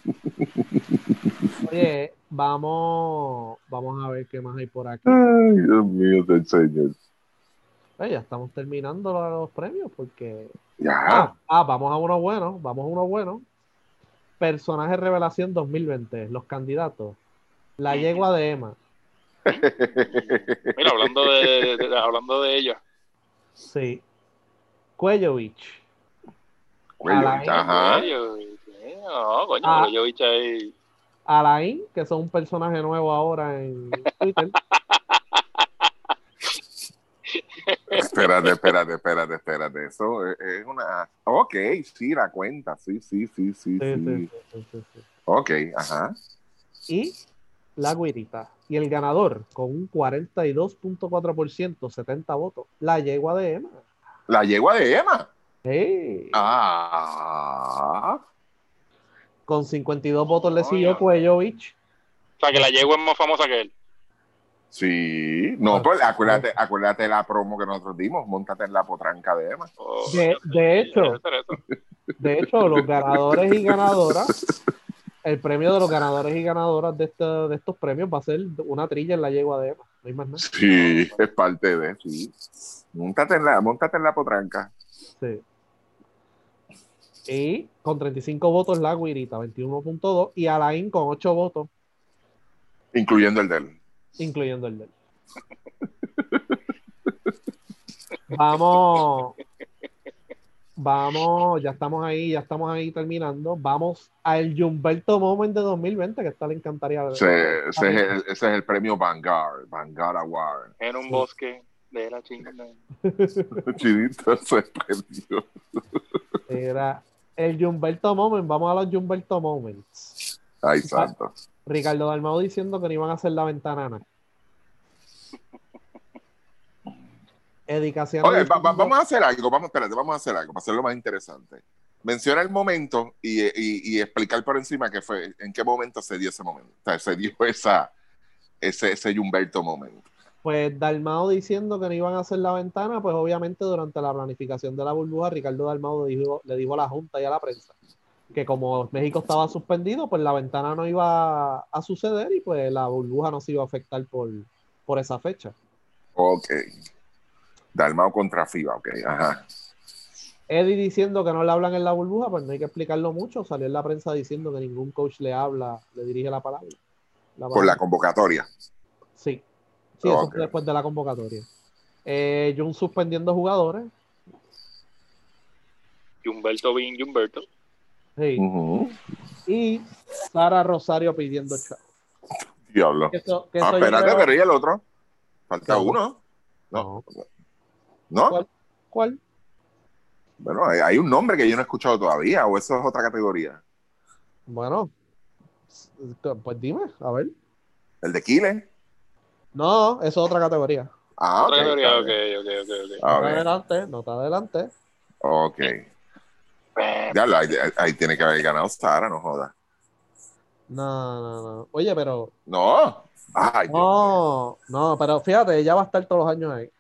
Oye, vamos, vamos a ver qué más hay por aquí. Ay, Dios mío, del Señor. Eh, ya estamos terminando los, los premios porque. Ya. Ah, ah, vamos a uno bueno, vamos a uno bueno. Personaje revelación dos mil veinte, los candidatos. La yegua de Emma. Mira, hablando de, de, de- hablando de ella. Sí. Cuello Beach. Cuello, Alain, ajá. Cuello, eh, no, coño, Ah. Cuello bicha ahí. Alain, que son un personaje nuevo ahora en Twitter. espérate, espérate, espérate, espérate. Eso es, es una. Ok, sí, la cuenta. Sí, sí, sí, sí, Sí, sí. sí, sí, sí, sí. Ok, ajá. Y la güirita. Y el ganador, con un cuarenta y dos punto cuatro por ciento, setenta votos, la yegua de Emma. La yegua de Emma. Hey. Ah. Con cincuenta y dos votos le Coño. siguió Cuellovich. O sea, que la yegua es más famosa que él. Sí. No, pues acuérdate, acuérdate de la promo que nosotros dimos. Móntate en la potranca de Emma. Oh, De, de hecho, debe ser eso. de hecho, los ganadores y ganadoras, el premio de los ganadores y ganadoras de, este, de estos premios va a ser una trilla en la yegua de Emma. No hay más nada. Sí, es parte de, sí. Móntate en la, móntate en la potranca. Sí. Y con treinta y cinco votos la güirita, veintiuno punto dos, y Alain con ocho votos, Incluyendo el de él. incluyendo el de él. Vamos, vamos, ya estamos ahí, ya estamos ahí terminando. Vamos al Humberto Moment de dos mil veinte, que está le encantaría. Ese, ese, es el, ese es el premio Vanguard, Vanguard Award. En un Sí. bosque de la chingada. Chidito se perdió. Era el Humberto Moment. Vamos a los Humberto Moments. Ay, santo. Ricardo Dalmau diciendo que no iban a hacer la ventana nada. Eddie Casiano Oye, va- va- diciendo- vamos a hacer algo, vamos, espérate, vamos a hacer algo para hacerlo más interesante. Menciona el momento y, y, y explicar por encima qué fue, en qué momento se dio ese momento. O sea, se dio esa, ese, ese Humberto momento. Pues Dalmau diciendo que no iban a hacer la ventana, pues obviamente durante la planificación de la burbuja, Ricardo Dalmau dijo, le dijo a la Junta y a la prensa que como México estaba suspendido, pues la ventana no iba a suceder y pues la burbuja no se iba a afectar por, por esa fecha. Ok. Dalmau contra FIBA, ok, ajá. Eddie diciendo que no le hablan en la burbuja, pues no hay que explicarlo mucho. Salió en la prensa diciendo que ningún coach le habla, le dirige la palabra. La Por la palabra. convocatoria. Sí, sí, eso Ok. fue después de la convocatoria. Eh, Jun suspendiendo jugadores. Humberto Bin, Humberto. Sí. Ujú. Y Sara Rosario pidiendo chavo. Diablo. Que eso, que Ah, eso yo espérate, creo- pero ¿y el otro? Falta ¿Qué otro? uno. No. No. ¿No? ¿Cuál? ¿Cuál? Bueno, hay, hay un nombre que yo no he escuchado todavía, o eso es otra categoría. Bueno, pues dime, a ver. El de Kile. No, eso es otra categoría. Ah, Otra ok. categoría, Está ok, bien. ok, ok, ok. A No te ver. adelante, no te adelante. Ok. Diablo, ahí, ahí tiene que haber ganado Sara, no jodas. No, no, no. Oye, pero. No. Ay, Dios mío. No, no, pero fíjate, ella va a estar todos los años ahí.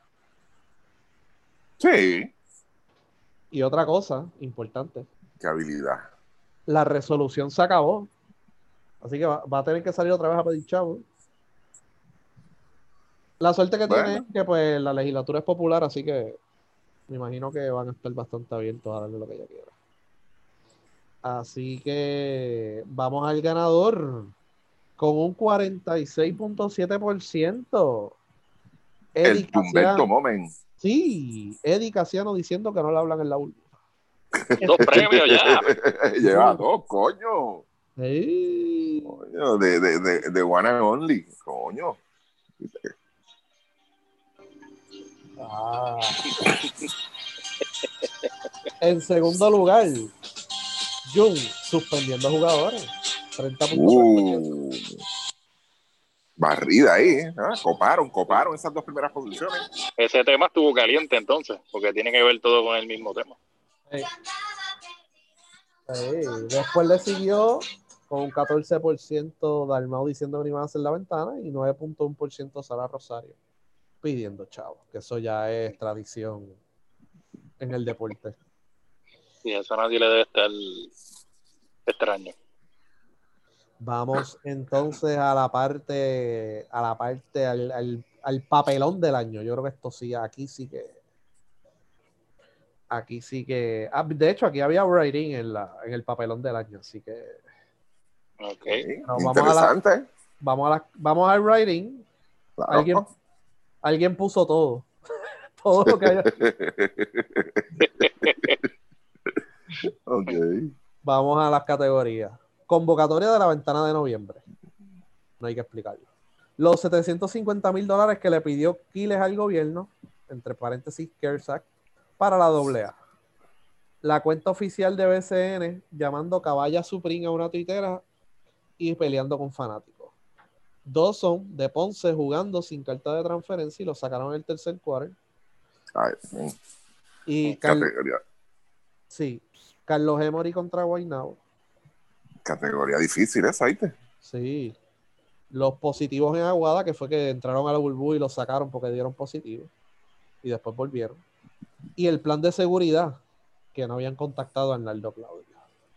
Sí. Y otra cosa importante, Qué habilidad. la resolución se acabó. Así que va, va a tener que salir otra vez a pedir chavo. La suerte que Bueno. tiene es que pues la legislatura es popular, así que me imagino que van a estar bastante abiertos a darle lo que ella quiera. Así que vamos al ganador con un cuarenta y seis punto siete por ciento. El Humberto Moment. Sí, Eddie Casiano diciendo que no le hablan en la burbuja. Dos premios ya. Lleva dos, coño. Sí. Coño, de, de, de, de One and Only. Coño. Ah. En segundo lugar, Jun suspendiendo jugadores. treinta punto tres por ciento. Uh, barrida ahí. ¿eh? Coparon, coparon esas dos primeras posiciones. Ese tema estuvo caliente entonces, porque tiene que ver todo con el mismo tema. Sí. Sí. Después le siguió con un catorce por ciento Dalmau diciendo que no iban a hacer la ventana y nueve punto uno por ciento Sara Rosario pidiendo chavo, que eso ya es tradición en el deporte. Y eso a nadie le debe estar extraño. Vamos entonces a la parte, a la parte, al, al, al papelón del año. Yo creo que esto sí, aquí sí que, aquí sí que, ah, de hecho aquí había writing en, la, en el papelón del año, así que. Ok. Sí, No, vamos interesante. a la, vamos a la, vamos al writing. Claro. Alguien, alguien puso todo, todo lo que haya. Ok. Vamos a las categorías. Convocatoria de la ventana de noviembre. No hay que explicarlo. Los setecientos cincuenta mil dólares que le pidió Quiles al gobierno entre paréntesis CARES Act, para la doble A. La cuenta oficial de B C N llamando Caballa Supreme a una tuitera y peleando con fanáticos. Dawson de Ponce jugando sin carta de transferencia y lo sacaron en el tercer quarter. Ay, mm, Y Car- categoría, sí, Carlos Emory contra Guaynabo. categoría difícil esa, ¿viste? Sí. Los positivos en Aguada, que fue que entraron a la burbuja y los sacaron porque dieron positivo. Y después volvieron. Y el plan de seguridad, que no habían contactado a Arnaldo Claudio.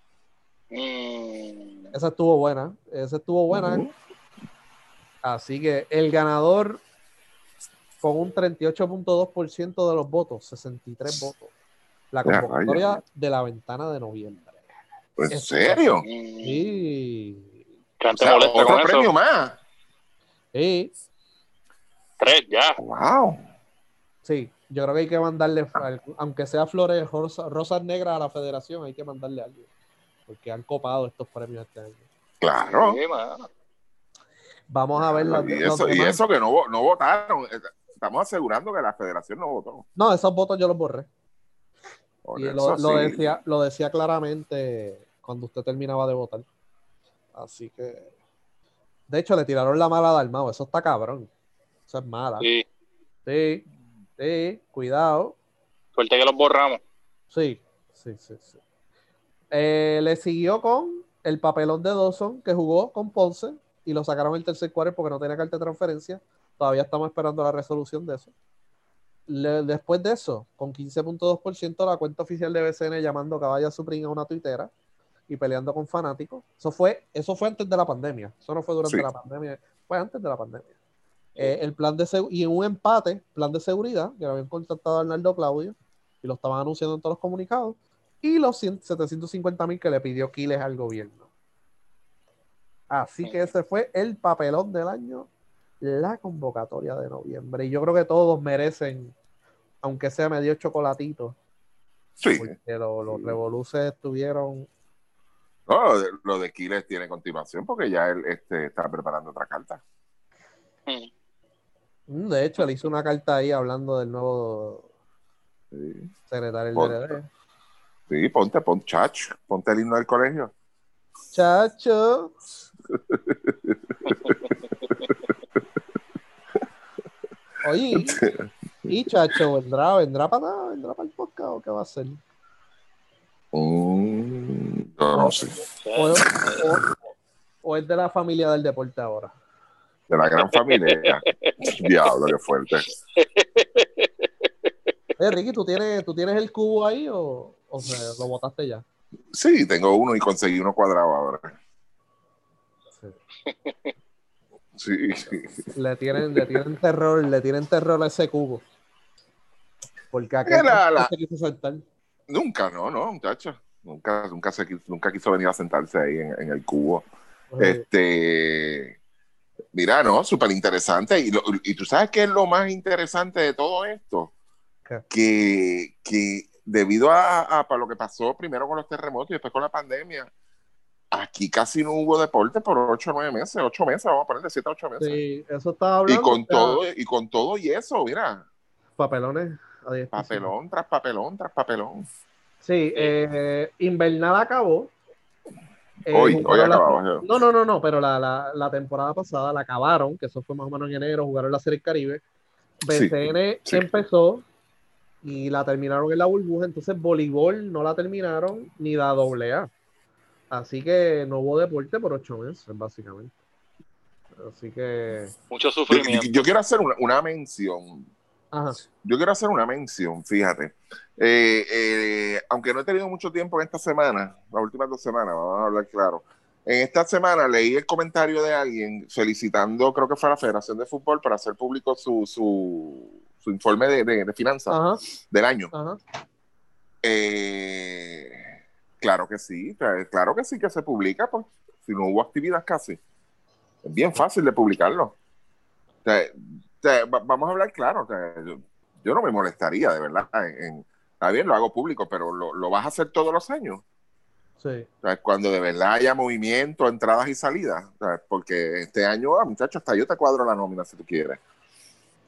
Mm. Esa estuvo buena. Esa estuvo buena. Uh-huh. Así que el ganador con un treinta y ocho punto dos por ciento de los votos, sesenta y tres votos. La Ya, convocatoria vaya. de la ventana de noviembre. ¿En Eso serio? Sí. ¿Quién O te sea, molesta otro con premio eso? más. Sí. Tres, ya. Wow. Sí, yo creo que hay que mandarle, aunque sea flores rosas, rosas negras a la federación, hay que mandarle algo. Porque han copado estos premios este año. Claro. Sí, mano. Vamos a ver las, Y los eso, y demás. eso que no, no votaron. Estamos asegurando que la federación no votó. No, esos votos yo los borré. Por Y eso lo, lo sí. decía, lo decía claramente cuando usted terminaba de votar. Así que. De hecho, le tiraron la mala a Dalmau. Eso está cabrón. Eso es mala. Sí. Sí, sí, cuidado. Suerte que los borramos. Sí, sí, sí, sí. Eh, le siguió con el papelón de Dawson, que jugó con Ponce y lo sacaron el tercer quarter porque no tenía carta de transferencia. Todavía estamos esperando la resolución de eso. Le, después de eso, con quince punto dos por ciento, la cuenta oficial de B C N llamando Caballa Supreme a una tuitera y peleando con fanáticos. Eso fue, eso fue antes de la pandemia. Eso no fue durante Sí. la pandemia, fue antes de la pandemia. Eh, el plan de seg- y en un empate, plan de seguridad, que lo habían contactado a Arnaldo Claudio y lo estaban anunciando en todos los comunicados, y los cien, setecientos cincuenta mil que le pidió Quiles al gobierno. Así que ese fue el papelón del año, la convocatoria de noviembre. Y yo creo que todos merecen, aunque sea medio chocolatito, Sí. porque lo- los Sí. revoluces estuvieron. No, lo de, lo de Quiles tiene continuación porque ya él este, está preparando otra carta. Mm, De hecho, él hizo una carta ahí hablando del nuevo Sí. secretario del Pon- D R D. Sí, ponte, ponte, chacho, ponte el himno del colegio. Chacho. Oye, y Chacho, ¿vendrá, vendrá para nada? ¿Vendrá para el podcast o qué va a hacer? Mm, no, no sé. O, o- o es de la familia del deporte ahora. De la gran familia. Diablo, qué fuerte. Eh, Ricky, ¿tú tienes, ¿tú tienes el cubo ahí o, o sea, lo botaste ya? Sí, tengo uno y conseguí uno cuadrado ahora. Sí. Sí. Le tienen, le tienen terror, le tienen terror a ese cubo. Porque aquel La, la, no se quiso saltar. Nunca, no, no, muchacho. Nunca, nunca, se, nunca quiso venir a sentarse ahí en, en el cubo. Oye, Este, mira, no, súper interesante. Y, lo, y tú sabes qué es lo más interesante de todo esto, ¿qué? que, que debido a, a, a lo que pasó primero con los terremotos y después con la pandemia, aquí casi no hubo deporte por ocho o nueve meses, ocho meses, vamos a ponerle siete a ocho meses. Sí, eso estaba hablando. Y con o sea, todo, y con todo y eso, mira, papelones. a diez por ciento. papelón tras papelón tras papelón. Sí, eh, Invernal acabó. Eh, Hoy, hoy jugaron la- acabamos. No, no, no, no, pero la, la, la temporada pasada la acabaron, que eso fue más o menos en enero, jugaron la Serie Caribe. B C N Sí, sí. empezó y la terminaron en la burbuja, entonces voleibol no la terminaron ni la doble A. Así que no hubo deporte por ocho meses, básicamente. Así que... Mucho Yo, sufrimiento. yo, yo quiero hacer una, una mención. Ajá. Yo quiero hacer una mención, fíjate. Eh, eh, aunque no he tenido mucho tiempo en esta semana, las últimas dos semanas, vamos a hablar claro. En esta semana leí el comentario de alguien felicitando, creo que fue a la Federación de Fútbol, para hacer público su, su, su informe de, de, de finanzas Ajá. del año. Ajá. Eh, claro que sí, claro que sí que se publica, pues, si no hubo actividad casi. Es bien fácil de publicarlo. O sea, o sea, vamos a hablar claro. O sea, yo, yo no me molestaría, de verdad. En, en, está bien, lo hago público, pero lo, lo vas a hacer todos los años. Sí. O sea, cuando de verdad haya movimiento, entradas y salidas. O sea, porque este año, ah, muchachos, hasta yo te cuadro la nómina si tú quieres.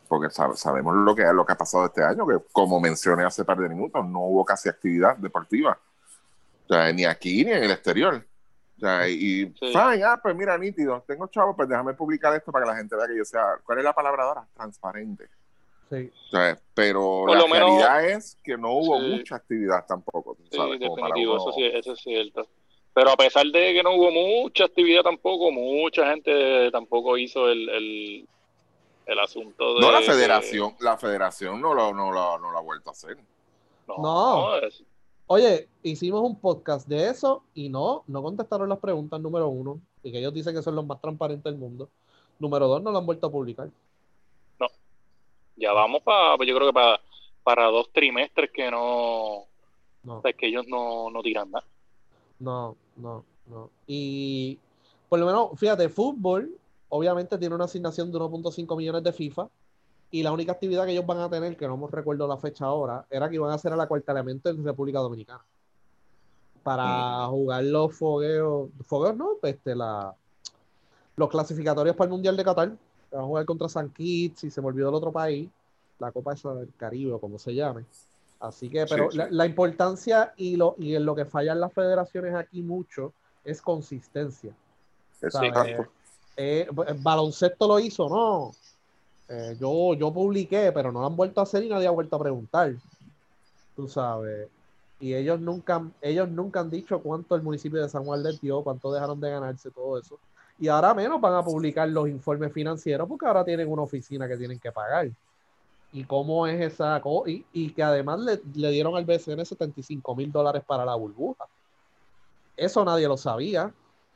porque sab- sabemos lo que, lo que ha pasado este año, que como mencioné hace par de minutos, no hubo casi actividad deportiva, o sea, ni aquí ni en el exterior. O sea, y Sí. fine, ah, pues mira, nítido, tengo chavo, pues déjame publicar esto para que la gente vea que yo sea, ¿cuál es la palabra ahora? Transparente. Sí. O sea, pero Por la lo menos, realidad es que no hubo sí, mucha actividad tampoco, tú sí, sabes, como para definitivo, eso sí, uno... eso es cierto. Pero a pesar de que no hubo mucha actividad tampoco, mucha gente tampoco hizo el, el, el asunto No, la de, de federación, la federación no lo, no lo, no lo ha vuelto a hacer. No. no, es- Oye, hicimos un podcast de eso y no, no contestaron las preguntas, número uno, y que ellos dicen que son los más transparentes del mundo. Número dos, no lo han vuelto a publicar. no. Ya vamos para, yo creo que para, para dos trimestres que no, No, es que ellos no, no tiran nada. no, no, no. Y por lo menos, fíjate, fútbol, obviamente tiene una asignación de uno punto cinco millones de FIFA. Y la única actividad que ellos van a tener, que no me recuerdo la fecha ahora, era que iban a hacer el acuartelamiento en República Dominicana. Para Mm. jugar los fogueos, fogueos no, este, la, los clasificatorios para el Mundial de Qatar. Van a jugar contra San Kitts y se me olvidó el otro país, la Copa esa del Caribe o como se llame. Así que, Sí, pero sí. la, la importancia y, lo, y en lo que fallan las federaciones aquí mucho es consistencia. ¿Sabes? Exacto. Eh, el baloncesto lo hizo, ¿no? Eh, yo, yo publiqué, pero no lo han vuelto a hacer y nadie ha vuelto a preguntar. Tú sabes. Y ellos nunca, ellos nunca han dicho cuánto el municipio de San Juan les dio, cuánto dejaron de ganarse, todo eso. Y ahora menos van a publicar los informes financieros porque ahora tienen una oficina que tienen que pagar. Y cómo es esa cosa. Y, y que además le, le dieron al B C N setenta y cinco mil dólares para la burbuja. Eso nadie lo sabía.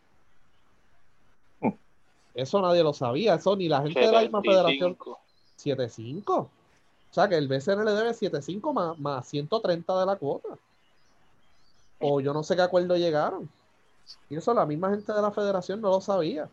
Mm. Eso nadie lo sabía. Eso ni la gente de la misma setenta y federación. cinco. siete cinco. O sea que el B C N le debe setenta y cinco más, más ciento treinta de la cuota. O yo no sé qué acuerdo llegaron. Y eso la misma gente de la federación no lo sabía.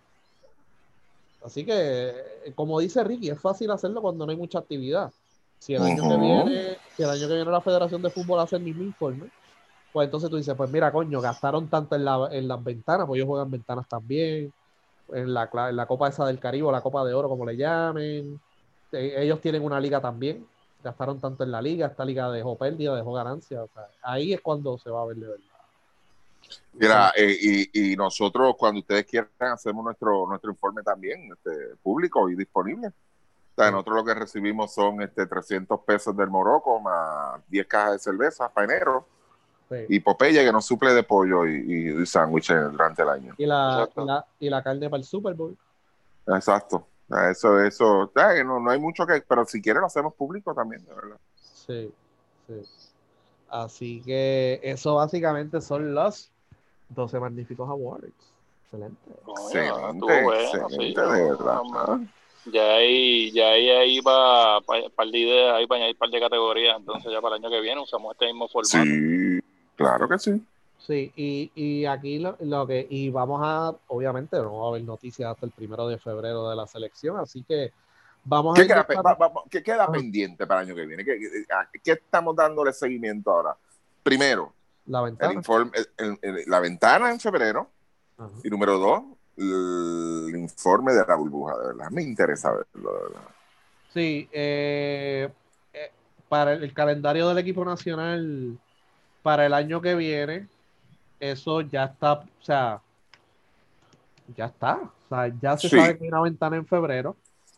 Así que, como dice Ricky, es fácil hacerlo cuando no hay mucha actividad. Si el año que Ujú. viene, si el año que viene la Federación de Fútbol hace el mismo informe, pues entonces tú dices, pues mira, coño, gastaron tanto en, la, en las ventanas, pues ellos juegan ventanas también, en la, en la Copa esa del Caribe, o la Copa de Oro, como le llamen. Eh, ellos tienen una liga también, gastaron tanto en la liga, esta liga dejó pérdida, dejó ganancia. O sea, ahí es cuando se va a ver de verdad. Mira, eh, y, y nosotros cuando ustedes quieran hacemos nuestro, nuestro informe también, este, público y disponible. O sea, Sí. nosotros lo que recibimos son este, trescientos pesos del Morocco más diez cajas de cerveza para enero Sí. y Popeye que nos suple de pollo y, y, y sándwiches durante el año. Y la, y, Exacto. la, y la carne para el Super Bowl. Exacto. Eso, eso, o sea, que no, no hay mucho que, pero si quieren lo hacemos público también, de verdad. Sí, sí. Así que eso básicamente son los doce magníficos awards. Excelente. Coño, estuvo Excelente, bueno, sí. excelente, de verdad. No, no, ya hay, ya hay ahí para pa, par de ideas, ahí para añadir par de categorías. Entonces ya para el año que viene usamos este mismo formato. Sí, claro que sí. Sí, y, y aquí lo, lo que, y vamos a, obviamente no va a haber noticias hasta el primero de febrero de la selección, así que vamos a ¿Qué ir queda, pe- va- buscando. va- qué queda Ajá. pendiente para el año que viene? ¿Qué, qué- a qué estamos dándole seguimiento ahora? Primero, La el ventana. informe, el- el- el- la ventana en febrero. Ajá. Y número dos, el informe de la burbuja, de verdad. Me interesa verlo, de verdad. Sí, eh, eh, para el, el calendario del equipo nacional para el año que viene, eso ya está, o sea, ya está. O sea, ya se sabe Sí, que hay una ventana en febrero.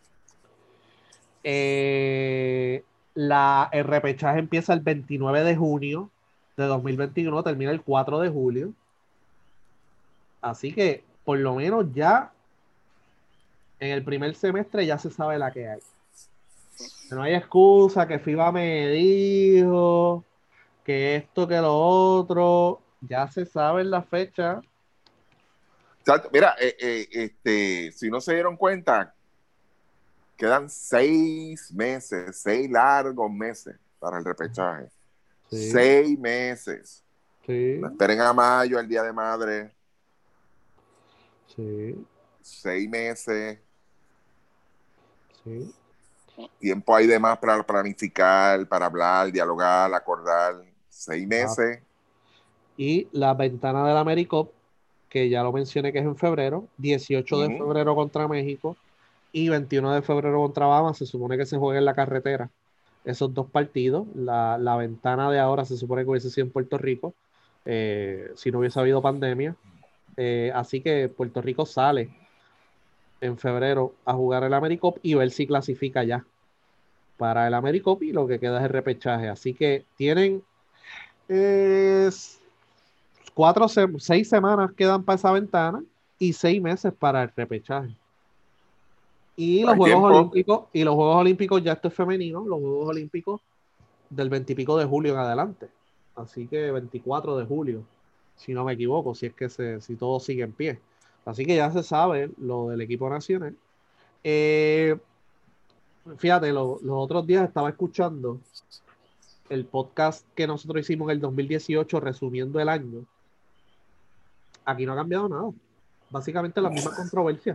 Eh, la, el repechaje empieza el veintinueve de junio de dos mil veintiuno, termina el cuatro de julio. Así que, por lo menos ya en el primer semestre ya se sabe la que hay. No hay excusa que FIBA me dijo que esto, que lo otro. Ya se sabe la fecha. o sea, mira, eh, eh, este, si no se dieron cuenta, quedan seis meses, seis largos meses para el repechaje. Sí, Seis meses. sí, No esperen a mayo, el Día de Madre. sí, Seis meses. sí. Tiempo hay de más para planificar, para hablar, dialogar, acordar. Seis Ah, meses. y la ventana del AmeriCup, que ya lo mencioné que es en febrero, dieciocho de Ujú. febrero contra México, y veintiuno de febrero contra Bahamas. Se supone que se juegue en la carretera esos dos partidos. La, la ventana de ahora se supone que hubiese sido en Puerto Rico, eh, si no hubiese habido pandemia. Eh, así que Puerto Rico sale en febrero a jugar el AmeriCup y ver si clasifica ya para el AmeriCup, y lo que queda es el repechaje. Así que tienen eh, cuatro, seis semanas quedan para esa ventana y seis meses para el repechaje. Y los Hay Juegos tiempo. Olímpicos, y los Juegos Olímpicos, ya esto es femenino, los Juegos Olímpicos del veintipico de julio en adelante. Así que veinticuatro de julio, si no me equivoco, si es que se, si todo sigue en pie. Así que ya se sabe lo del equipo nacional. Eh, fíjate, lo, los otros días estaba escuchando el podcast que nosotros hicimos en el dos mil dieciocho resumiendo el año. Aquí no ha cambiado nada. Básicamente las mismas controversias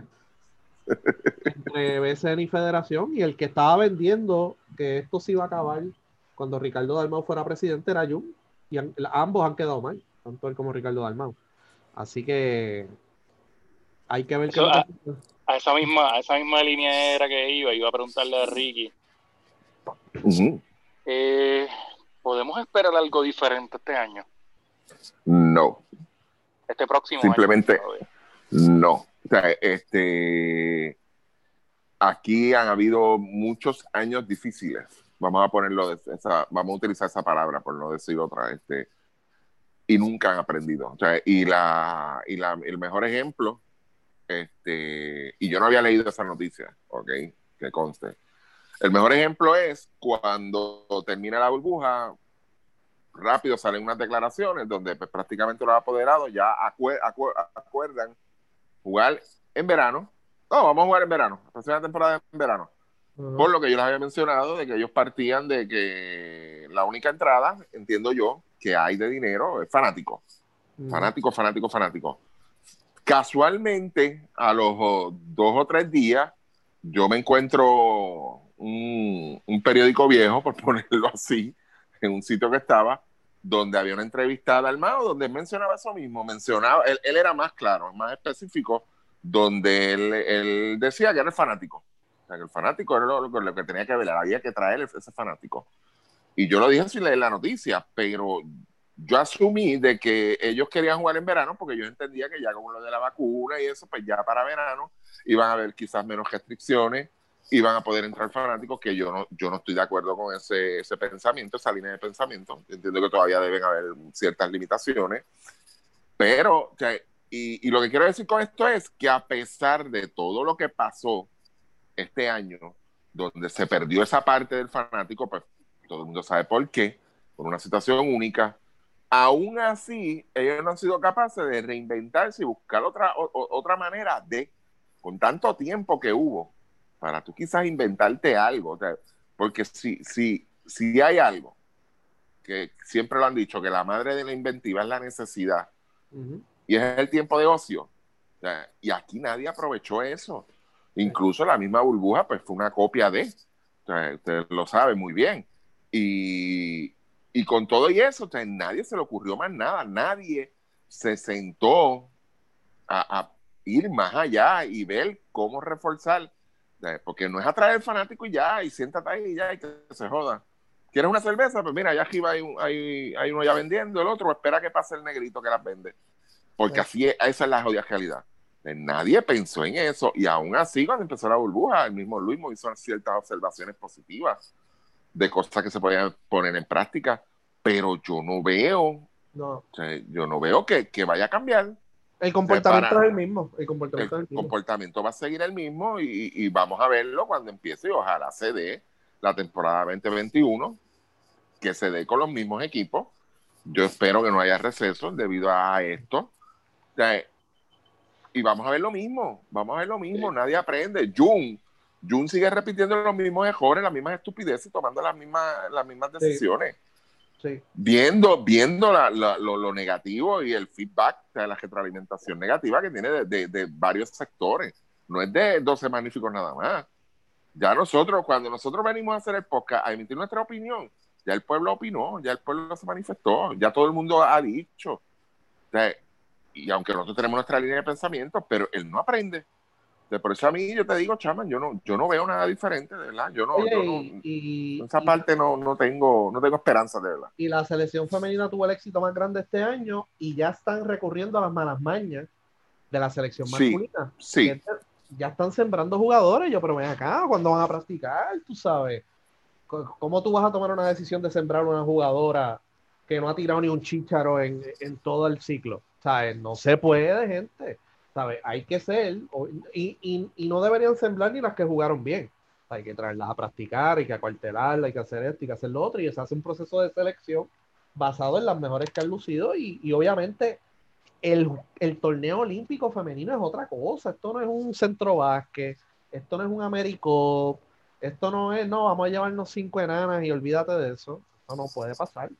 entre B C N y Federación, y el que estaba vendiendo que esto se iba a acabar cuando Ricardo Dalmau fuera presidente era Jun, y han, ambos han quedado mal, tanto él como Ricardo Dalmau. Así que hay que ver qué Eso, es lo a, que pasa. a esa misma a esa misma línea era que iba iba a preguntarle a Ricky. Uh-huh. eh, ¿Podemos esperar algo diferente este año? No. Este próximo Simplemente año. no. O sea, este, aquí han habido muchos años difíciles. Vamos a ponerlo de esa, vamos a utilizar esa palabra por no decir otra. Este, y nunca han aprendido. O sea, y la, y la, el mejor ejemplo, este, y yo no había leído esa noticia, ¿ok? Que conste. El mejor ejemplo es cuando termina la burbuja, rápido salen unas declaraciones donde pues, prácticamente los apoderados ya acuer, acuer, acuerdan jugar en verano. No, vamos a jugar en verano, la próxima temporada en verano. Uh-huh. Por lo que yo les había mencionado, de que ellos partían de que la única entrada, entiendo yo, que hay de dinero es fanático. Uh-huh. Fanático, fanático, fanático. Casualmente, a los oh, dos o tres días, yo me encuentro un, un periódico viejo, por ponerlo así, en un sitio que estaba, donde había una entrevista a Dalmau, donde él mencionaba eso mismo, mencionaba, él, él era más claro, más específico, donde él, él decía que era el fanático. O sea, que el fanático era lo, lo, lo que tenía que ver, había que traer ese fanático. Y yo lo dije sin leer la noticia, pero yo asumí de que ellos querían jugar en verano porque yo entendía que ya con lo de la vacuna y eso, pues ya para verano iban a haber quizás menos restricciones, iban a poder entrar fanáticos, que yo no, yo no estoy de acuerdo con ese, ese pensamiento, esa línea de pensamiento. Entiendo que todavía deben haber ciertas limitaciones, pero, o sea, y, y lo que quiero decir con esto es que a pesar de todo lo que pasó este año, donde se perdió esa parte del fanático, pues todo el mundo sabe por qué, por una situación única, aún así ellos no han sido capaces de reinventarse y buscar otra, o, otra manera de, con tanto tiempo que hubo, para tú quizás inventarte algo, o sea, porque si, si, si hay algo, que siempre lo han dicho, que la madre de la inventiva es la necesidad, uh-huh. y es el tiempo de ocio, o sea, y aquí nadie aprovechó eso. Incluso la misma burbuja pues fue una copia de, o sea, usted lo sabe muy bien, y, y con todo y eso, o sea, nadie se le ocurrió más nada, nadie se sentó a, a ir más allá y ver cómo reforzar, o sea, porque no es atraer al fanático y ya, y siéntate ahí y ya, y que se joda. ¿Quieres una cerveza? Pues mira, allá arriba hay, hay, hay uno ya vendiendo, el otro espera que pase el negrito que las vende, porque así es, esa es la jodida realidad. Nadie pensó en eso, y aún así cuando empezó la burbuja, el mismo Luis hizo ciertas observaciones positivas de cosas que se podían poner en práctica, pero yo no veo no. O sea, yo no veo que, que vaya a cambiar. El comportamiento o sea, es el mismo. El comportamiento, el es el mismo. comportamiento va a seguir el mismo, y, y vamos a verlo cuando empiece, y ojalá se dé la temporada veinte veintiuno, que se dé con los mismos equipos. Yo espero que no haya recesos debido a esto. O sea, y vamos a ver lo mismo, vamos a ver lo mismo, sí. Nadie aprende. Jun, Jun sigue repitiendo los mismos errores, las mismas estupideces, tomando las mismas, las mismas decisiones. Sí. Sí. Viendo, viendo la, la, lo, lo negativo y el feedback, o sea, la retroalimentación negativa que tiene de, de, de varios sectores. No es de doce Magníficos nada más. Ya nosotros, cuando nosotros venimos a hacer el podcast, a emitir nuestra opinión, ya el pueblo opinó, ya el pueblo se manifestó, ya todo el mundo ha dicho. O sea, y aunque nosotros tenemos nuestra línea de pensamiento, pero él no aprende. Por eso a mí yo te digo, chaman, yo no, yo no veo nada diferente, de verdad. Yo no, Oye, yo no, y, y, esa y, parte no, no tengo, no tengo esperanza, de verdad. y la selección femenina tuvo el éxito más grande este año y ya están recurriendo a las malas mañas de la selección Sí, masculina. sí. Que ya están sembrando jugadores. Yo, pero ven acá, ¿cuándo van a practicar? Tú sabes. ¿Cómo tú vas a tomar una decisión de sembrar una jugadora que no ha tirado ni un chícharo en, en todo el ciclo? ¿Sabes? No se puede, gente. ¿Sabes? Hay que ser. Y, y, y no deberían sembrar ni las que jugaron bien. Hay que traerlas a practicar, hay que acuartelarlas, hay que hacer esto, hay que hacer lo otro. Y se hace un proceso de selección basado en las mejores que han lucido. Y, y obviamente el, el torneo olímpico femenino es otra cosa. Esto no es un centro básquet, esto no es un Americop, esto no es, no, vamos a llevarnos cinco enanas y olvídate de eso. Eso no puede pasar.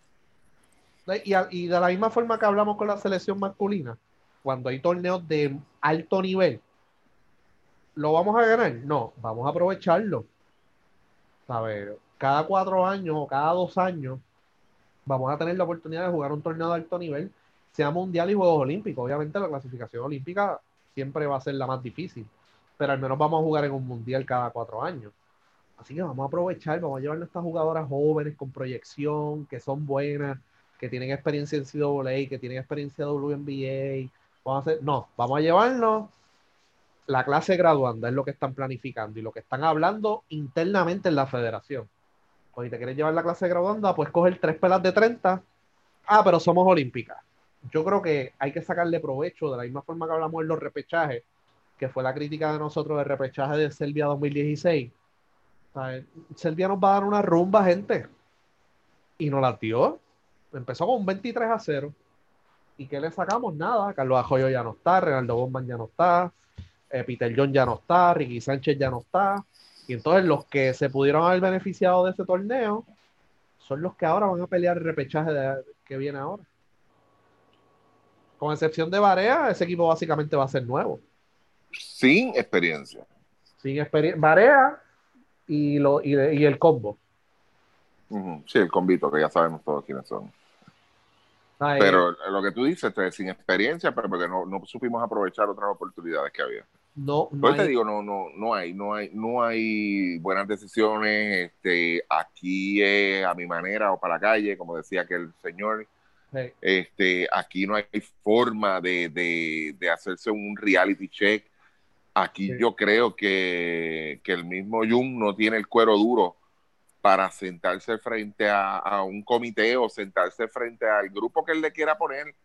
Y, a, y de la misma forma que hablamos con la selección masculina, cuando hay torneos de alto nivel, ¿lo vamos a ganar? No, vamos a aprovecharlo. ¿Sabes? Cada cuatro años o cada dos años vamos a tener la oportunidad de jugar un torneo de alto nivel, sea mundial y Juegos Olímpicos. Obviamente la clasificación olímpica siempre va a ser la más difícil, pero al menos vamos a jugar en un mundial cada cuatro años. Así que vamos a aprovechar, vamos a llevar a estas jugadoras jóvenes con proyección, que son buenas, que tienen experiencia en C A A, que tienen experiencia en W N B A. Vamos a hacer, no, vamos a llevarnos la clase graduanda, es lo que están planificando y lo que están hablando internamente en la federación. Pues si te quieres llevar la clase graduanda, pues coger tres pelas de treinta. Ah, pero somos olímpicas. Yo creo que hay que sacarle provecho de la misma forma que hablamos en los repechajes, que fue la crítica de nosotros del repechaje de Serbia dos mil dieciséis. ¿Sabes? Serbia nos va a dar una rumba, gente. Y nos la dio. Empezó con un veintitrés a cero. ¿Y qué le sacamos? Nada. Carlos Arroyo ya no está, Renaldo Bosman ya no está, eh, Peter John ya no está, Ricky Sánchez ya no está. Y entonces los que se pudieron haber beneficiado de ese torneo son los que ahora van a pelear el repechaje de, que viene ahora. Con excepción de Barea, ese equipo básicamente va a ser nuevo. Sin experiencia. Sin experiencia. Barea y, lo, y, de, y el combo. Uh-huh. Sí, el combito, que ya sabemos todos quiénes son. Ay, pero lo que tú dices, sin experiencia, pero porque no, no supimos aprovechar otras oportunidades que había. No, no Pues hay... te digo, no, no, no hay, no hay, no hay buenas decisiones. Este, aquí es a mi manera o para la calle, como decía aquel señor. Sí. Este, aquí no hay forma de, de, de hacerse un reality check. Aquí sí. Yo creo que, que el mismo Jung no tiene el cuero duro para sentarse frente a, a un comité o sentarse frente al grupo que él le quiera poner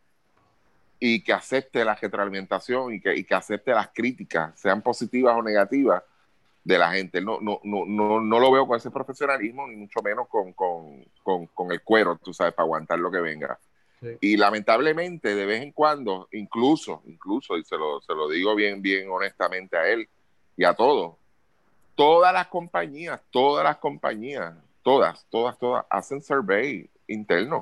y que acepte la retroalimentación y que, y que acepte las críticas, sean positivas o negativas, de la gente. No, no, no, no, no lo veo con ese profesionalismo, ni mucho menos con, con, con, con el cuero, tú sabes, para aguantar lo que venga. Sí. Y lamentablemente, de vez en cuando, incluso, incluso, y se lo, se lo digo bien, bien honestamente a él y a todos, todas las compañías, todas las compañías, todas, todas, todas, hacen survey interno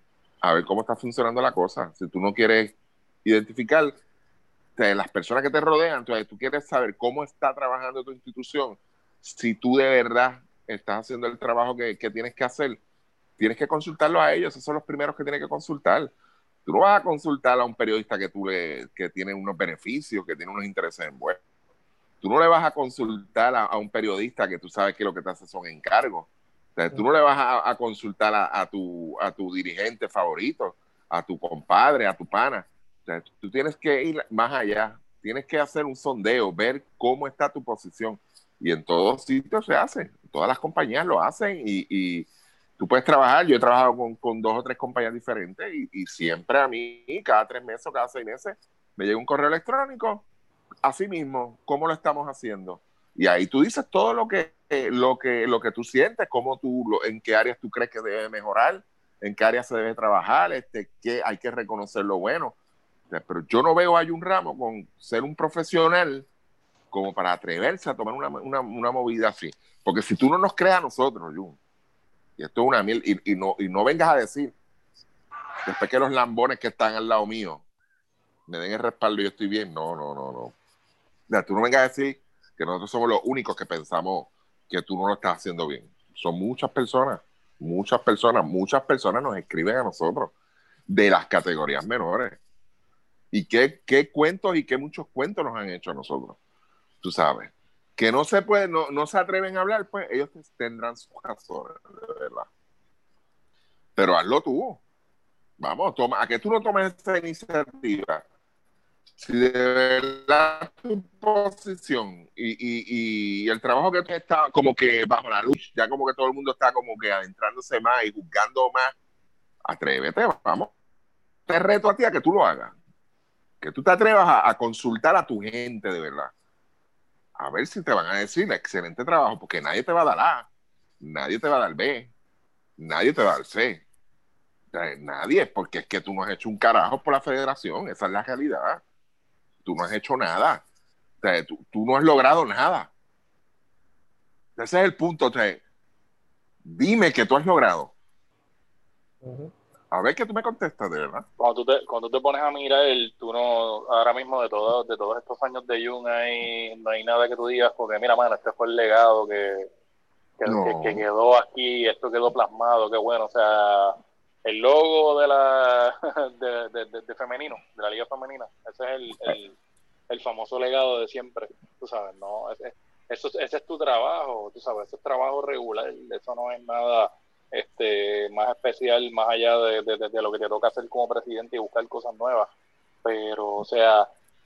a ver cómo está funcionando la cosa. Si tú no quieres identificar o sea, las personas que te rodean, entonces tú quieres saber cómo está trabajando tu institución, si tú de verdad estás haciendo el trabajo que, que tienes que hacer, tienes que consultarlo a ellos, esos son los primeros que tienes que consultar. Tú no vas a consultar a un periodista que, tú le, que tiene unos beneficios, que tiene unos intereses en bueno. Tú no le vas a consultar a, a un periodista que tú sabes que lo que te hace son encargos. O sea, tú no le vas a, a consultar a, a, tu, a tu dirigente favorito, a tu compadre, a tu pana. O sea, tú tienes que ir más allá. Tienes que hacer un sondeo, ver cómo está tu posición. Y en todos sitios se hace. Todas las compañías lo hacen y, y tú puedes trabajar. Yo he trabajado con, con dos o tres compañías diferentes y, y siempre a mí, cada tres meses o cada seis meses, me llega un correo electrónico. Así mismo, ¿cómo lo estamos haciendo? Y ahí tú dices todo lo que, eh, lo que, lo que tú sientes, cómo tú, lo, en qué áreas tú crees que debe mejorar, en qué áreas se debe trabajar, este, qué hay que reconocer lo bueno. O sea, pero yo no veo a Jun Ramos con ser un profesional como para atreverse a tomar una, una, una movida así. Porque si tú no nos crees a nosotros, Jun, y esto es una mil, y, y, no, y no vengas a decir, después que los lambones que están al lado mío me den el respaldo y yo estoy bien, no, no, no, no. Mira, tú no vengas a decir que nosotros somos los únicos que pensamos que tú no lo estás haciendo bien. Son muchas personas, muchas personas, muchas personas nos escriben a nosotros de las categorías menores. Y qué, qué cuentos y qué muchos cuentos nos han hecho a nosotros. tú sabes. Que no se puede, no, no se atreven a hablar, pues ellos tendrán sus razones, de verdad. Pero hazlo tú. Vamos, toma, ¿a qué tú no tomas esta iniciativa? Si de verdad tu posición y, y, y el trabajo que tú está como que bajo la luz, ya como que todo el mundo está como que adentrándose más y juzgando más, atrévete, vamos. Te reto a ti a que tú lo hagas. Que tú te atrevas a, a consultar a tu gente de verdad. A ver si te van a decir excelente trabajo, porque nadie te va a dar A, nadie te va a dar B, nadie te va a dar C. O sea, nadie, porque es que tú no has hecho un carajo por la federación, esa es la realidad. Tú no has hecho nada. O sea, tú, tú no has logrado nada. Ese es el punto. O sea, dime que tú has logrado. Uh-huh. A ver que tú me contestas, de verdad. Cuando tú te, cuando tú te pones a mirar, tú no, ahora mismo de, todo, de todos estos años de Jun, hay, no hay nada que tú digas, porque mira, mano, este fue el legado que, que, no. que, que quedó aquí, esto quedó plasmado, qué bueno. O sea, el logo de la de, de, de, de femenino, de la liga femenina, ese es el, el, el famoso legado de siempre, tú sabes, ¿no? Ese, eso, ese es tu trabajo, tú sabes, ese es trabajo regular, eso no es nada este más especial, más allá de, de, de lo que te toca hacer como presidente y buscar cosas nuevas. Pero, o sea,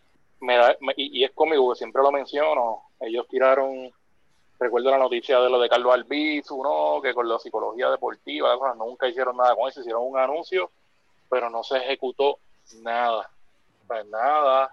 me da, me, y, y es cómico, que siempre lo menciono, ellos tiraron, recuerdo la noticia de lo de Carlos Albizu, ¿no? Que con la psicología deportiva, bueno, nunca hicieron nada con eso, hicieron un anuncio, pero no se ejecutó nada, o sea, nada.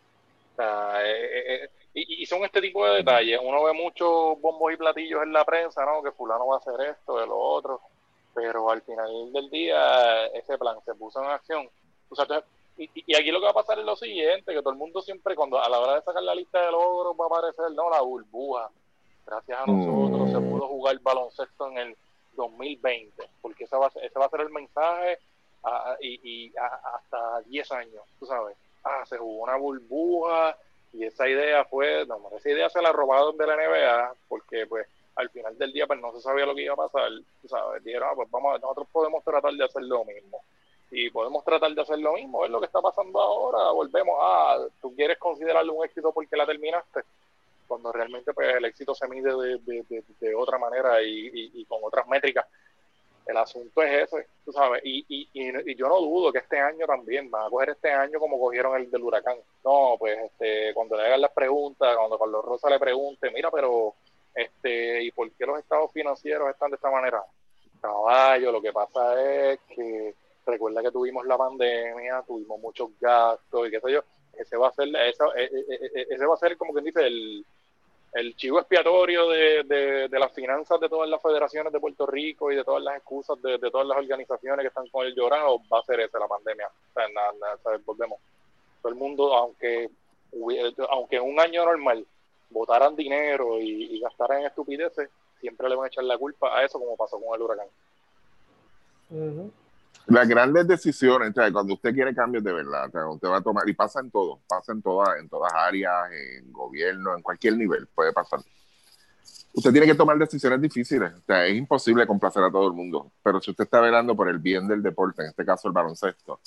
O sea, eh, eh, y, y son este tipo de detalles. Uno ve muchos bombos y platillos en la prensa, ¿no? Que fulano va a hacer esto, de lo otro, pero al final del día ese plan se puso en acción. O sea, y, y aquí lo que va a pasar es lo siguiente, que todo el mundo siempre, cuando a la hora de sacar la lista de logros, va a aparecer, no, la burbuja. Gracias a nosotros mm. se pudo jugar baloncesto en el dos mil veinte, porque ese va, ese va a ser el mensaje a, y, y a, hasta diez años, tú sabes. Ah, se jugó una burbuja y esa idea fue, no, esa idea se la robaron de la N B A, porque pues al final del día pues no se sabía lo que iba a pasar, tú sabes. Dijeron, ah, pues vamos, nosotros podemos tratar de hacer lo mismo. Y podemos tratar de hacer lo mismo, es lo que está pasando ahora, volvemos a, ah, tú quieres considerarlo un éxito porque la terminaste, cuando realmente pues el éxito se mide de, de, de, de otra manera y, y, y con otras métricas. El asunto es ese, tú sabes, y, y, y, y yo no dudo que este año también van a coger este año como cogieron el del huracán. No, pues este, cuando le hagan las preguntas, cuando Carlos Rosa le pregunte, mira, pero, este, ¿y por qué los estados financieros están de esta manera? Caballo, lo que pasa es que recuerda que tuvimos la pandemia, tuvimos muchos gastos y qué sé yo, ese va a ser, ese, ese va a ser como quien dice el el chivo expiatorio de, de, de las finanzas de todas las federaciones de Puerto Rico y de todas las excusas de, de todas las organizaciones que están con el llorado, va a ser ese, la pandemia. O sea, nada, nada, ¿sabes? Volvemos. Todo el mundo, aunque, aunque en un año normal votaran dinero y, y gastaran en estupideces, siempre le van a echar la culpa a eso, como pasó con el huracán. Uh-huh. Las grandes decisiones, o sea, cuando usted quiere cambios de verdad, o sea, usted va a tomar, y pasa en todo, pasa en todas, en todas áreas, en gobierno, en cualquier nivel, puede pasar. Usted tiene que tomar decisiones difíciles, o sea, es imposible complacer a todo el mundo, pero si usted está velando por el bien del deporte, en este caso el baloncesto,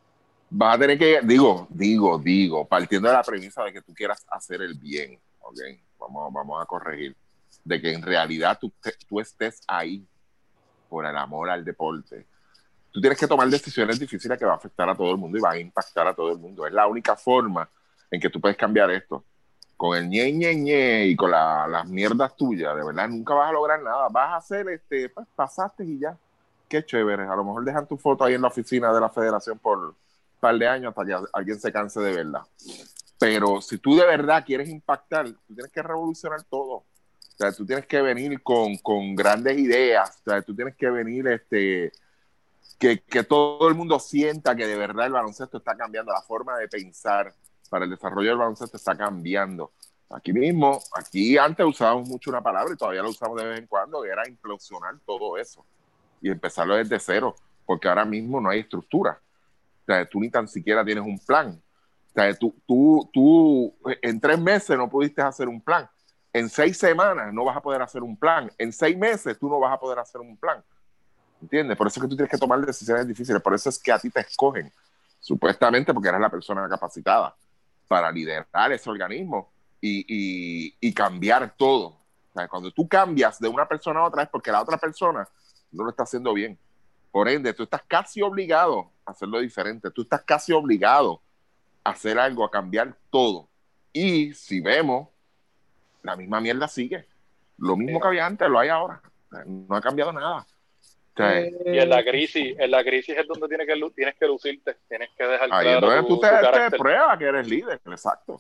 va a tener que, digo, digo, digo, partiendo de la premisa de que tú quieras hacer el bien, ¿ok? Vamos, vamos a corregir, de que en realidad tú, te, tú estés ahí por el amor al deporte. Tú tienes que tomar decisiones difíciles que van a afectar a todo el mundo y van a impactar a todo el mundo. Es la única forma en que tú puedes cambiar esto. Con el ñe, ñe, ñe y con la, las mierdas tuyas, de verdad, nunca vas a lograr nada. Vas a hacer, este, pues pasaste y ya. Qué chévere. A lo mejor dejan tu foto ahí en la oficina de la federación por un par de años hasta que alguien se canse de verdad. Pero si tú de verdad quieres impactar, tú tienes que revolucionar todo. O sea, tú tienes que venir con, con grandes ideas. O sea, tú tienes que venir, este... Que, que todo el mundo sienta que de verdad el baloncesto está cambiando, la forma de pensar para el desarrollo del baloncesto está cambiando. Aquí mismo, aquí antes usábamos mucho una palabra y todavía la usamos de vez en cuando, que era implosionar todo eso y empezarlo desde cero, porque ahora mismo no hay estructura. O sea, tú ni tan siquiera tienes un plan. O sea, tú, tú, tú en tres meses no pudiste hacer un plan. En seis semanas no vas a poder hacer un plan. En seis meses tú no vas a poder hacer un plan. ¿Entiendes? Por eso es que tú tienes que tomar decisiones difíciles. Por eso es que a ti te escogen, supuestamente porque eres la persona capacitada para liderar ese organismo. y, y, y cambiar todo. O sea, cuando tú cambias de una persona a otra es porque la otra persona no lo está haciendo bien. Por ende, tú estás casi obligado a hacerlo diferente. Tú estás casi obligado a hacer algo, a cambiar todo. Y si vemos, la misma mierda sigue. Lo mismo Sí, que había antes, lo hay ahora. No ha cambiado nada. O sea, Eh, y en la crisis, en la crisis es donde tienes que, tienes que lucirte, tienes que dejar ahí es claro donde tú tu, te, tu te carácter. pruebas que eres líder. Exacto.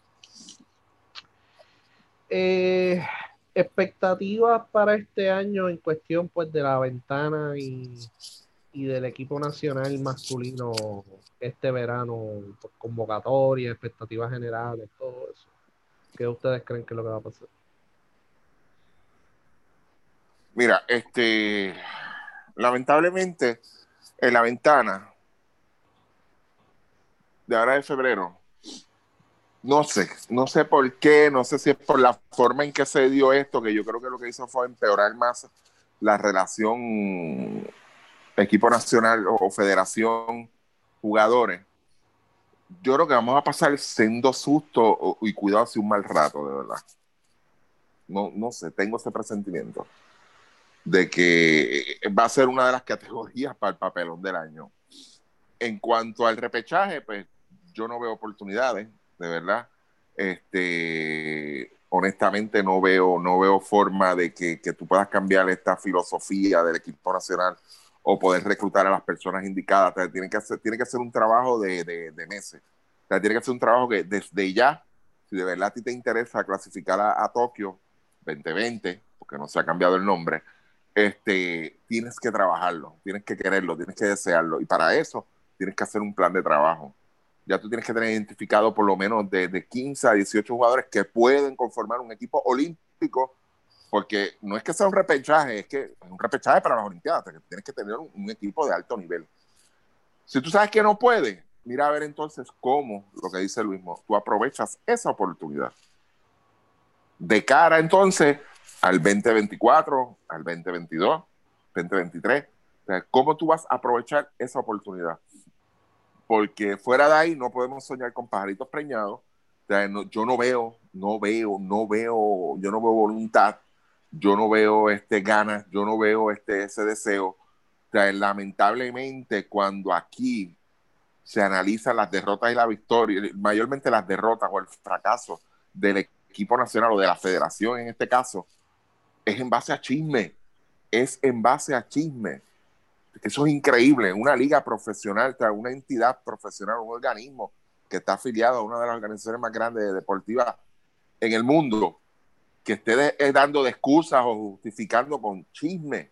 eh, expectativas para este año en cuestión pues de la ventana y, y del equipo nacional masculino este verano, pues, convocatoria, expectativas generales, todo eso. ¿Qué ustedes creen que es lo que va a pasar? Mira, este, lamentablemente, en la ventana de ahora de febrero, no sé, no sé por qué, no sé si es por la forma en que se dio esto, que yo creo que lo que hizo fue empeorar más la relación equipo nacional o, o federación jugadores. Yo creo que vamos a pasar siendo susto o, y cuidado si un mal rato, de verdad. No, no sé, tengo ese presentimiento de que va a ser una de las categorías para el papelón del año. En cuanto al repechaje, pues yo no veo oportunidades, de verdad. Este, honestamente no veo, no veo forma de que, que tú puedas cambiar esta filosofía del equipo nacional o poder reclutar a las personas indicadas. O sea, tiene, que hacer, tiene que ser un trabajo de, de, de meses. O sea, tiene que ser un trabajo que desde ya, si de verdad a ti te interesa clasificar a, a Tokio veinte veinte, porque no se ha cambiado el nombre, este, tienes que trabajarlo, tienes que quererlo, tienes que desearlo. Y para eso tienes que hacer un plan de trabajo. Ya tú tienes que tener identificado por lo menos de, de quince a dieciocho jugadores que pueden conformar un equipo olímpico, porque no es que sea un repechaje, es que es un repechaje para las Olimpiadas, que tienes que tener un, un equipo de alto nivel. Si tú sabes que no puedes, mira a ver entonces cómo, lo que dice Luismo, tú aprovechas esa oportunidad. De cara entonces al veinte veinticuatro, al veinte veintidós, veinte veintitrés, o sea, ¿cómo tú vas a aprovechar esa oportunidad? Porque fuera de ahí no podemos soñar con pajaritos preñados. O sea, no, yo no veo, no veo, no veo, yo no veo voluntad, yo no veo este ganas, yo no veo este ese deseo. O sea, lamentablemente cuando aquí se analizan las derrotas y la victoria, mayormente las derrotas o el fracaso del equipo nacional o de la federación en este caso, es en base a chisme, es en base a chisme. Eso es increíble, una liga profesional, una entidad profesional, un organismo que está afiliado a una de las organizaciones más grandes deportivas en el mundo, que esté de, dando de excusas o justificando con chisme.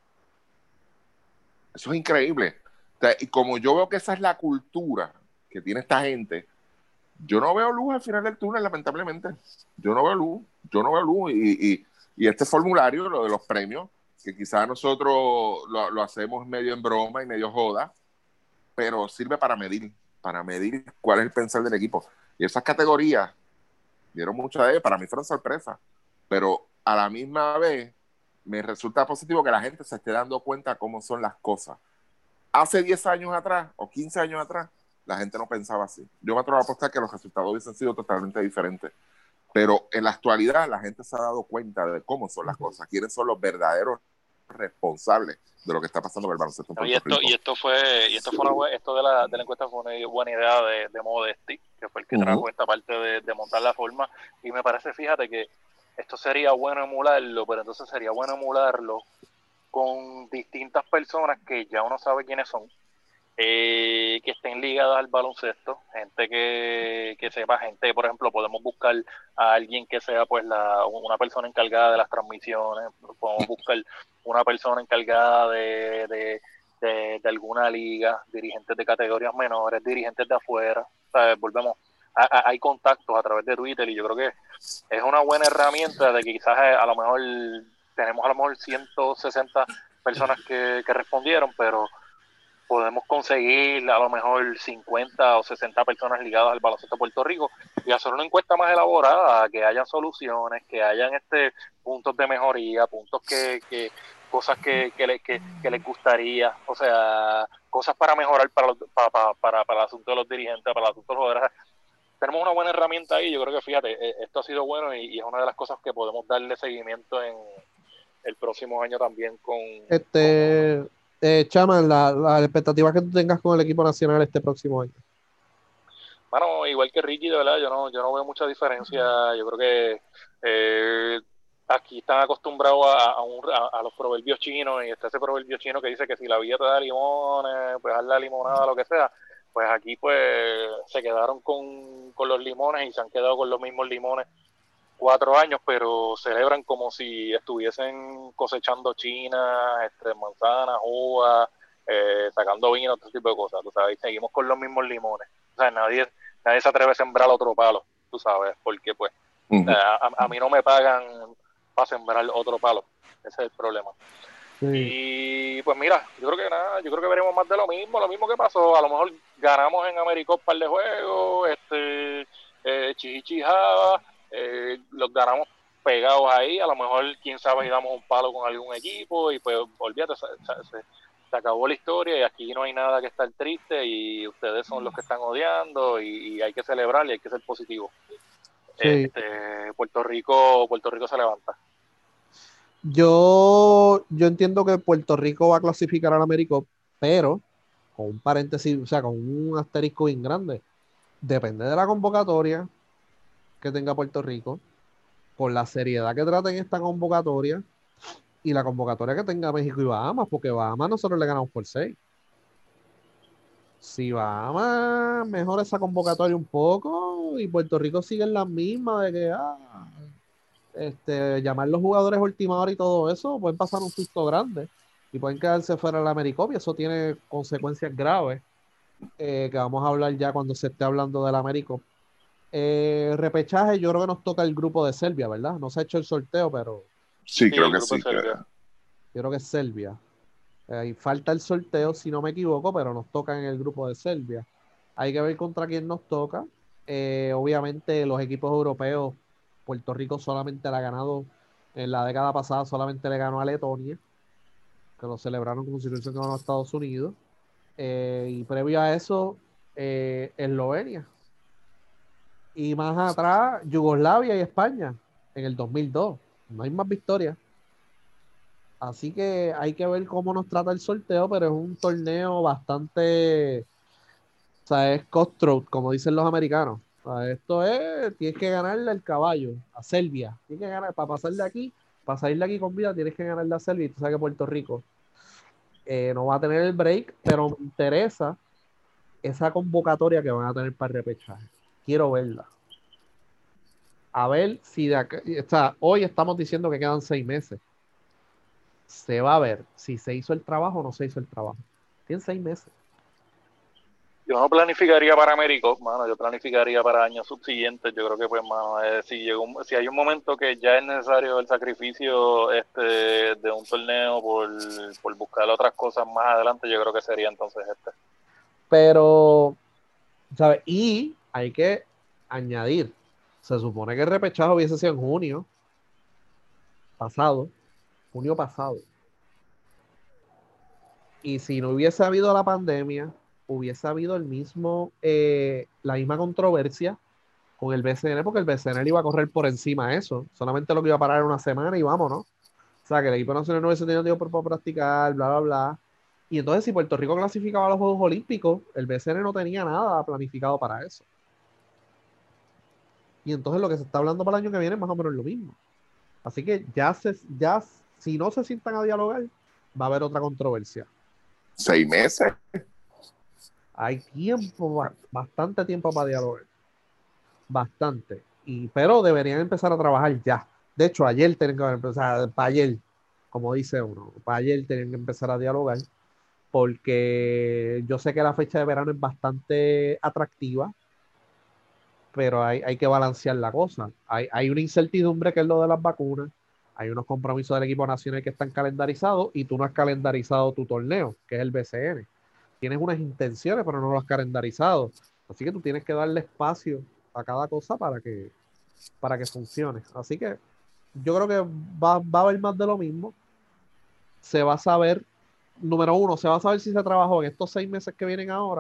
Eso es increíble. O sea, y como yo veo que esa es la cultura que tiene esta gente, yo no veo luz al final del túnel, lamentablemente. Yo no veo luz, yo no veo luz. Y, y, y este formulario, lo de los premios, que quizás nosotros lo, lo hacemos medio en broma y medio joda, pero sirve para medir, para medir cuál es el pensar del equipo. Y esas categorías, dieron muchas de ellas, para mí fueron sorpresas, pero a la misma vez me resulta positivo que la gente se esté dando cuenta cómo son las cosas. Hace diez años atrás o quince años atrás, la gente no pensaba así. Yo me atrevo a apostar que los resultados hubiesen sido totalmente diferentes. Pero en la actualidad la gente se ha dado cuenta de cómo son las cosas, quiénes son los verdaderos responsables de lo que está pasando en el baloncesto en No, y Puerto esto Rico. y esto fue y esto fue una bue- esto de la, de la encuesta fue una buena idea de, de Modesti, que fue el que trajo Uh-huh. esta parte de, de montar la forma, y me parece, fíjate, que esto sería bueno emularlo, pero entonces sería bueno emularlo con distintas personas que ya uno sabe quiénes son, eh, que estén ligadas al baloncesto, gente que, que sepa, gente, por ejemplo, podemos buscar a alguien que sea pues la, una persona encargada de las transmisiones, podemos buscar una persona encargada de, de, de, de alguna liga, dirigentes de categorías menores, dirigentes de afuera, ¿sabes? Volvemos, a, a, hay contactos a través de Twitter y yo creo que es una buena herramienta de que quizás a lo mejor tenemos a lo mejor ciento sesenta personas que, que respondieron, pero podemos conseguir a lo mejor cincuenta o sesenta personas ligadas al baloncesto de Puerto Rico y hacer una encuesta más elaborada, que hayan soluciones, que hayan este puntos de mejoría, puntos que, que cosas que, que, le, que, que les gustaría, o sea, cosas para mejorar para, los, para, para, para, para el asunto de los dirigentes, para el asunto de los jugadores. tenemos una buena herramienta ahí. Yo creo que, fíjate, esto ha sido bueno y, y es una de las cosas que podemos darle seguimiento en el próximo año también con... Este, con eh, Chama, la, la expectativa que tú tengas con el equipo nacional este próximo año. Bueno, igual que Ricky, de verdad, yo no, yo no veo mucha diferencia. Yo creo que eh, aquí están acostumbrados a, a, un, a, a los proverbios chinos, y está ese proverbio chino que dice que si la vida te da limones, pues haz la limonada, lo que sea. Pues aquí pues se quedaron con, con los limones y se han quedado con los mismos limones cuatro años, pero celebran como si estuviesen cosechando chinas, este, manzanas, uvas, eh, sacando vino, todo tipo de cosas, tú sabes, y seguimos con los mismos limones. O sea, nadie, nadie se atreve a sembrar otro palo, tú sabes, porque pues Uh-huh. a, a mí no me pagan para sembrar otro palo, ese es el problema. Sí. Y pues mira, yo creo que nada, yo creo que veremos más de lo mismo, lo mismo que pasó, a lo mejor ganamos en América un par de juegos, este, eh, chichichijaba, eh, los ganamos pegados ahí, a lo mejor quién sabe y damos un palo con algún equipo y pues olvídate, se, se, se acabó la historia y aquí no hay nada que estar triste y ustedes son los que están odiando y, y hay que celebrar y hay que ser positivo. Sí. Este, Puerto Rico, Puerto Rico se levanta. Yo, yo entiendo que Puerto Rico va a clasificar al América, pero con un paréntesis, o sea, con un asterisco bien grande. Depende de la convocatoria que tenga Puerto Rico, con la seriedad que traten esta convocatoria y la convocatoria que tenga México y Bahamas, porque Bahamas nosotros le ganamos por seis. Si Bahamas mejora esa convocatoria un poco y Puerto Rico sigue en la misma de que ah, este, llamar los jugadores a última hora y todo eso, pueden pasar un susto grande y pueden quedarse fuera del Americop y eso tiene consecuencias graves eh, que vamos a hablar ya cuando se esté hablando del Americop. Eh, repechaje, yo creo que nos toca el grupo de Serbia, ¿verdad? No se ha hecho el sorteo, pero Sí, Sí, creo el que grupo sí. de Serbia. Que... yo creo que es Serbia. Eh, falta el sorteo, si no me equivoco, pero nos toca en el grupo de Serbia. Hay que ver contra quién nos toca. Eh, obviamente los equipos europeos, Puerto Rico solamente le ha ganado, en la década pasada solamente le ganó a Letonia, que lo celebraron como si hubiesen ganado a Estados Unidos. Eh, y previo a eso, eh, Eslovenia. Y más atrás, Yugoslavia y España, en el dos mil dos. No hay más victorias. Así que hay que ver cómo nos trata el sorteo, pero es un torneo bastante, o sea, es cutthroat, como dicen los americanos. O sea, esto es, tienes que ganarle al caballo, a Serbia. Tienes que ganar, para pasar de aquí, para salir de aquí con vida, tienes que ganarle a Serbia. Y tú sabes que Puerto Rico eh, no va a tener el break, pero me interesa esa convocatoria que van a tener para el repechaje. Quiero verla. A ver si de acá, o sea, hoy estamos diciendo que quedan seis meses. Se va a ver si se hizo el trabajo o no se hizo el trabajo. Tienen seis meses. Yo no planificaría para América, mano, yo planificaría para años subsiguientes. Yo creo que, pues, mano, eh, si, llegó un, si hay un momento que ya es necesario el sacrificio este, de un torneo por, por buscar otras cosas más adelante, yo creo que sería entonces este. Pero, ¿sabes? Y hay que añadir, se supone que el repechaje hubiese sido en junio pasado, junio pasado. Y si no hubiese habido la pandemia, hubiese habido el mismo, eh, la misma controversia con el B C N, porque el B C N le iba a correr por encima de eso. Solamente lo que iba a parar era una semana y vámonos. O sea, que el equipo nacional no hubiese tenido tiempo para practicar, bla, bla, bla. Y entonces, si Puerto Rico clasificaba a los Juegos Olímpicos, el B C N no tenía nada planificado para eso. Y entonces lo que se está hablando para el año que viene es más o menos lo mismo. Así que ya, se, ya si no se sientan a dialogar, va a haber otra controversia. Seis meses. Hay tiempo, bastante tiempo para dialogar. Bastante. Y, pero deberían empezar a trabajar ya. De hecho, ayer tienen que empezar, para ayer, como dice uno, para ayer tienen que empezar a dialogar, porque yo sé que la fecha de verano es bastante atractiva, pero hay, hay que balancear la cosa. Hay, hay una incertidumbre que es lo de las vacunas, hay unos compromisos del equipo nacional que están calendarizados y tú no has calendarizado tu torneo, que es el B C N. Tienes unas intenciones, pero no lo has calendarizado. Así que tú tienes que darle espacio a cada cosa para que, para que funcione. Así que yo creo que va, va a haber más de lo mismo. Se va a saber, número uno, se va a saber si se trabajó en estos seis meses que vienen ahora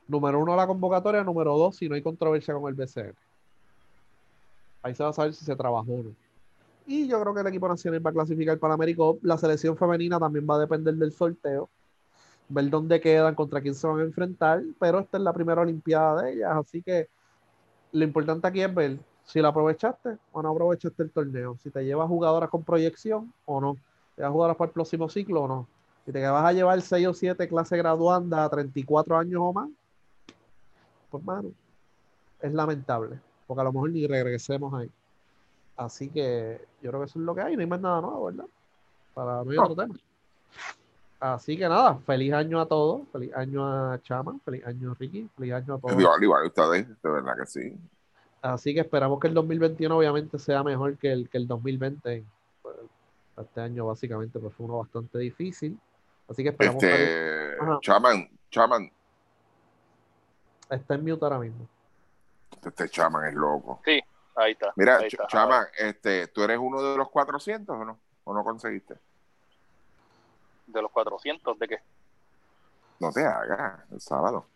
Número uno, la convocatoria. Número dos, si no hay controversia con el B C N. Ahí se va a saber si se trabajó o no. Y yo creo que el equipo nacional va a clasificar para Américo. La selección femenina también va a depender del sorteo. Ver dónde quedan, contra quién se van a enfrentar. Pero esta es la primera Olimpiada de ellas. Así que lo importante aquí es ver si la aprovechaste o no aprovechaste el torneo. Si te llevas jugadoras con proyección o no. ¿Te vas jugadoras para el próximo ciclo o no? Si te vas a llevar seis o siete clases graduandas a treinta y cuatro años o más, pues mano, es lamentable. Porque a lo mejor ni regresemos ahí. Así que yo creo que eso es lo que hay. No hay más nada nuevo, ¿verdad? Para no hay otro tema. Así que nada, feliz año a todos. Feliz año a Chama. Feliz año a Ricky. Feliz año a todos. Igual, igual ustedes, de verdad que sí. Así que esperamos que el dos mil veintiuno obviamente sea mejor que el, que el dos mil veinte. Pues, este año básicamente pues, fue uno bastante difícil. Así que esperamos Este, salir. Chaman, Chaman, Está en mute ahora mismo. este Chaman es loco. Sí, ahí está. Mira, ahí está. Chaman, este, ¿tú eres uno de los cuatrocientos o no? ¿O no conseguiste? ¿De los cuatrocientos de qué? No te hagas, el sábado.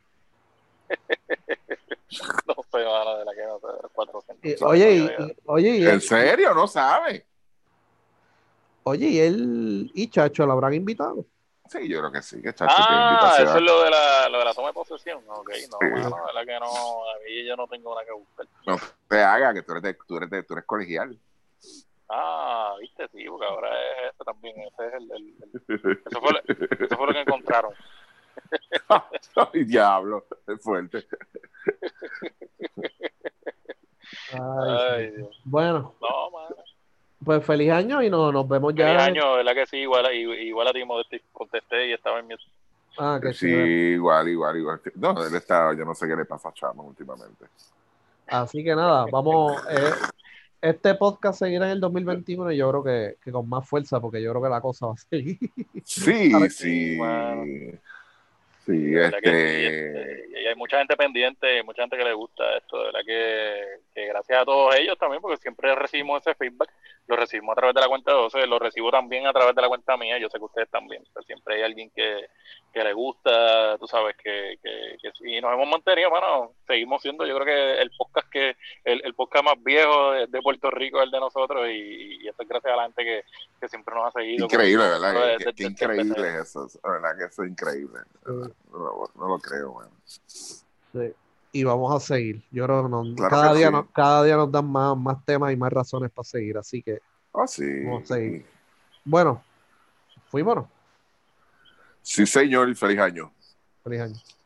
No sé, mano, de la que no sé, de los cuatrocientos. Y, oye, y, y, oye, y ¿En él, serio? ¿No sabes? Oye, y él y Chacho lo habrán invitado. Sí, yo creo que sí, que Chacho tiene Ah, invitación. eso es lo de la, lo de la toma de posesión. Ok, no, Sí. mano, la verdad que no, a mí yo no tengo nada que buscar. No te hagas, que tú eres, de, tú, eres de, tú eres colegial. Ah, viste, sí, porque ahora es este también, ese es el, el, el eso, fue, eso fue lo que encontraron. Ay, diablo, es fuerte. Ay, Ay, sí. Dios. Bueno, No, mano. pues feliz año y no, nos vemos ya. Feliz año, ¿verdad que sí? Igual, igual a ti, Modesti, contesté y estaba en mi... Ah, qué Sí, chévere. igual, igual, igual. No, él está, yo no sé qué le pasa a Chama últimamente. Así que nada, vamos. Eh, este podcast seguirá en el dos mil veintiuno y yo creo que, que con más fuerza, porque yo creo que la cosa va a seguir. Sí, Sí, sí. mano. Sí, Sí, de verdad que sí, este. este, y hay mucha gente pendiente, mucha gente que le gusta esto, de verdad que, que gracias a todos ellos también, porque siempre recibimos ese feedback, lo recibimos a través de la cuenta de doce, lo recibo también a través de la cuenta mía, yo sé que ustedes también, pero siempre hay alguien que, que le gusta, tú sabes, que, que, que sí, y nos hemos mantenido, bueno, seguimos siendo, yo creo que el podcast que, el, el podcast más viejo de, de Puerto Rico es el de nosotros, y, y eso es gracias a la gente que, que siempre nos ha seguido. Increíble, con, ¿verdad? de, Qué, de, qué de, increíble es eso. La verdad que eso es increíble. Sí. No, lo, no lo creo, man. Sí. Y vamos a seguir. Yo creo que nos, Claro cada, que día sí. nos, cada día nos dan más, más temas y más razones para seguir. Así que Oh, sí. vamos a seguir. Bueno, fuimos. Sí, señor, y feliz año. Feliz año.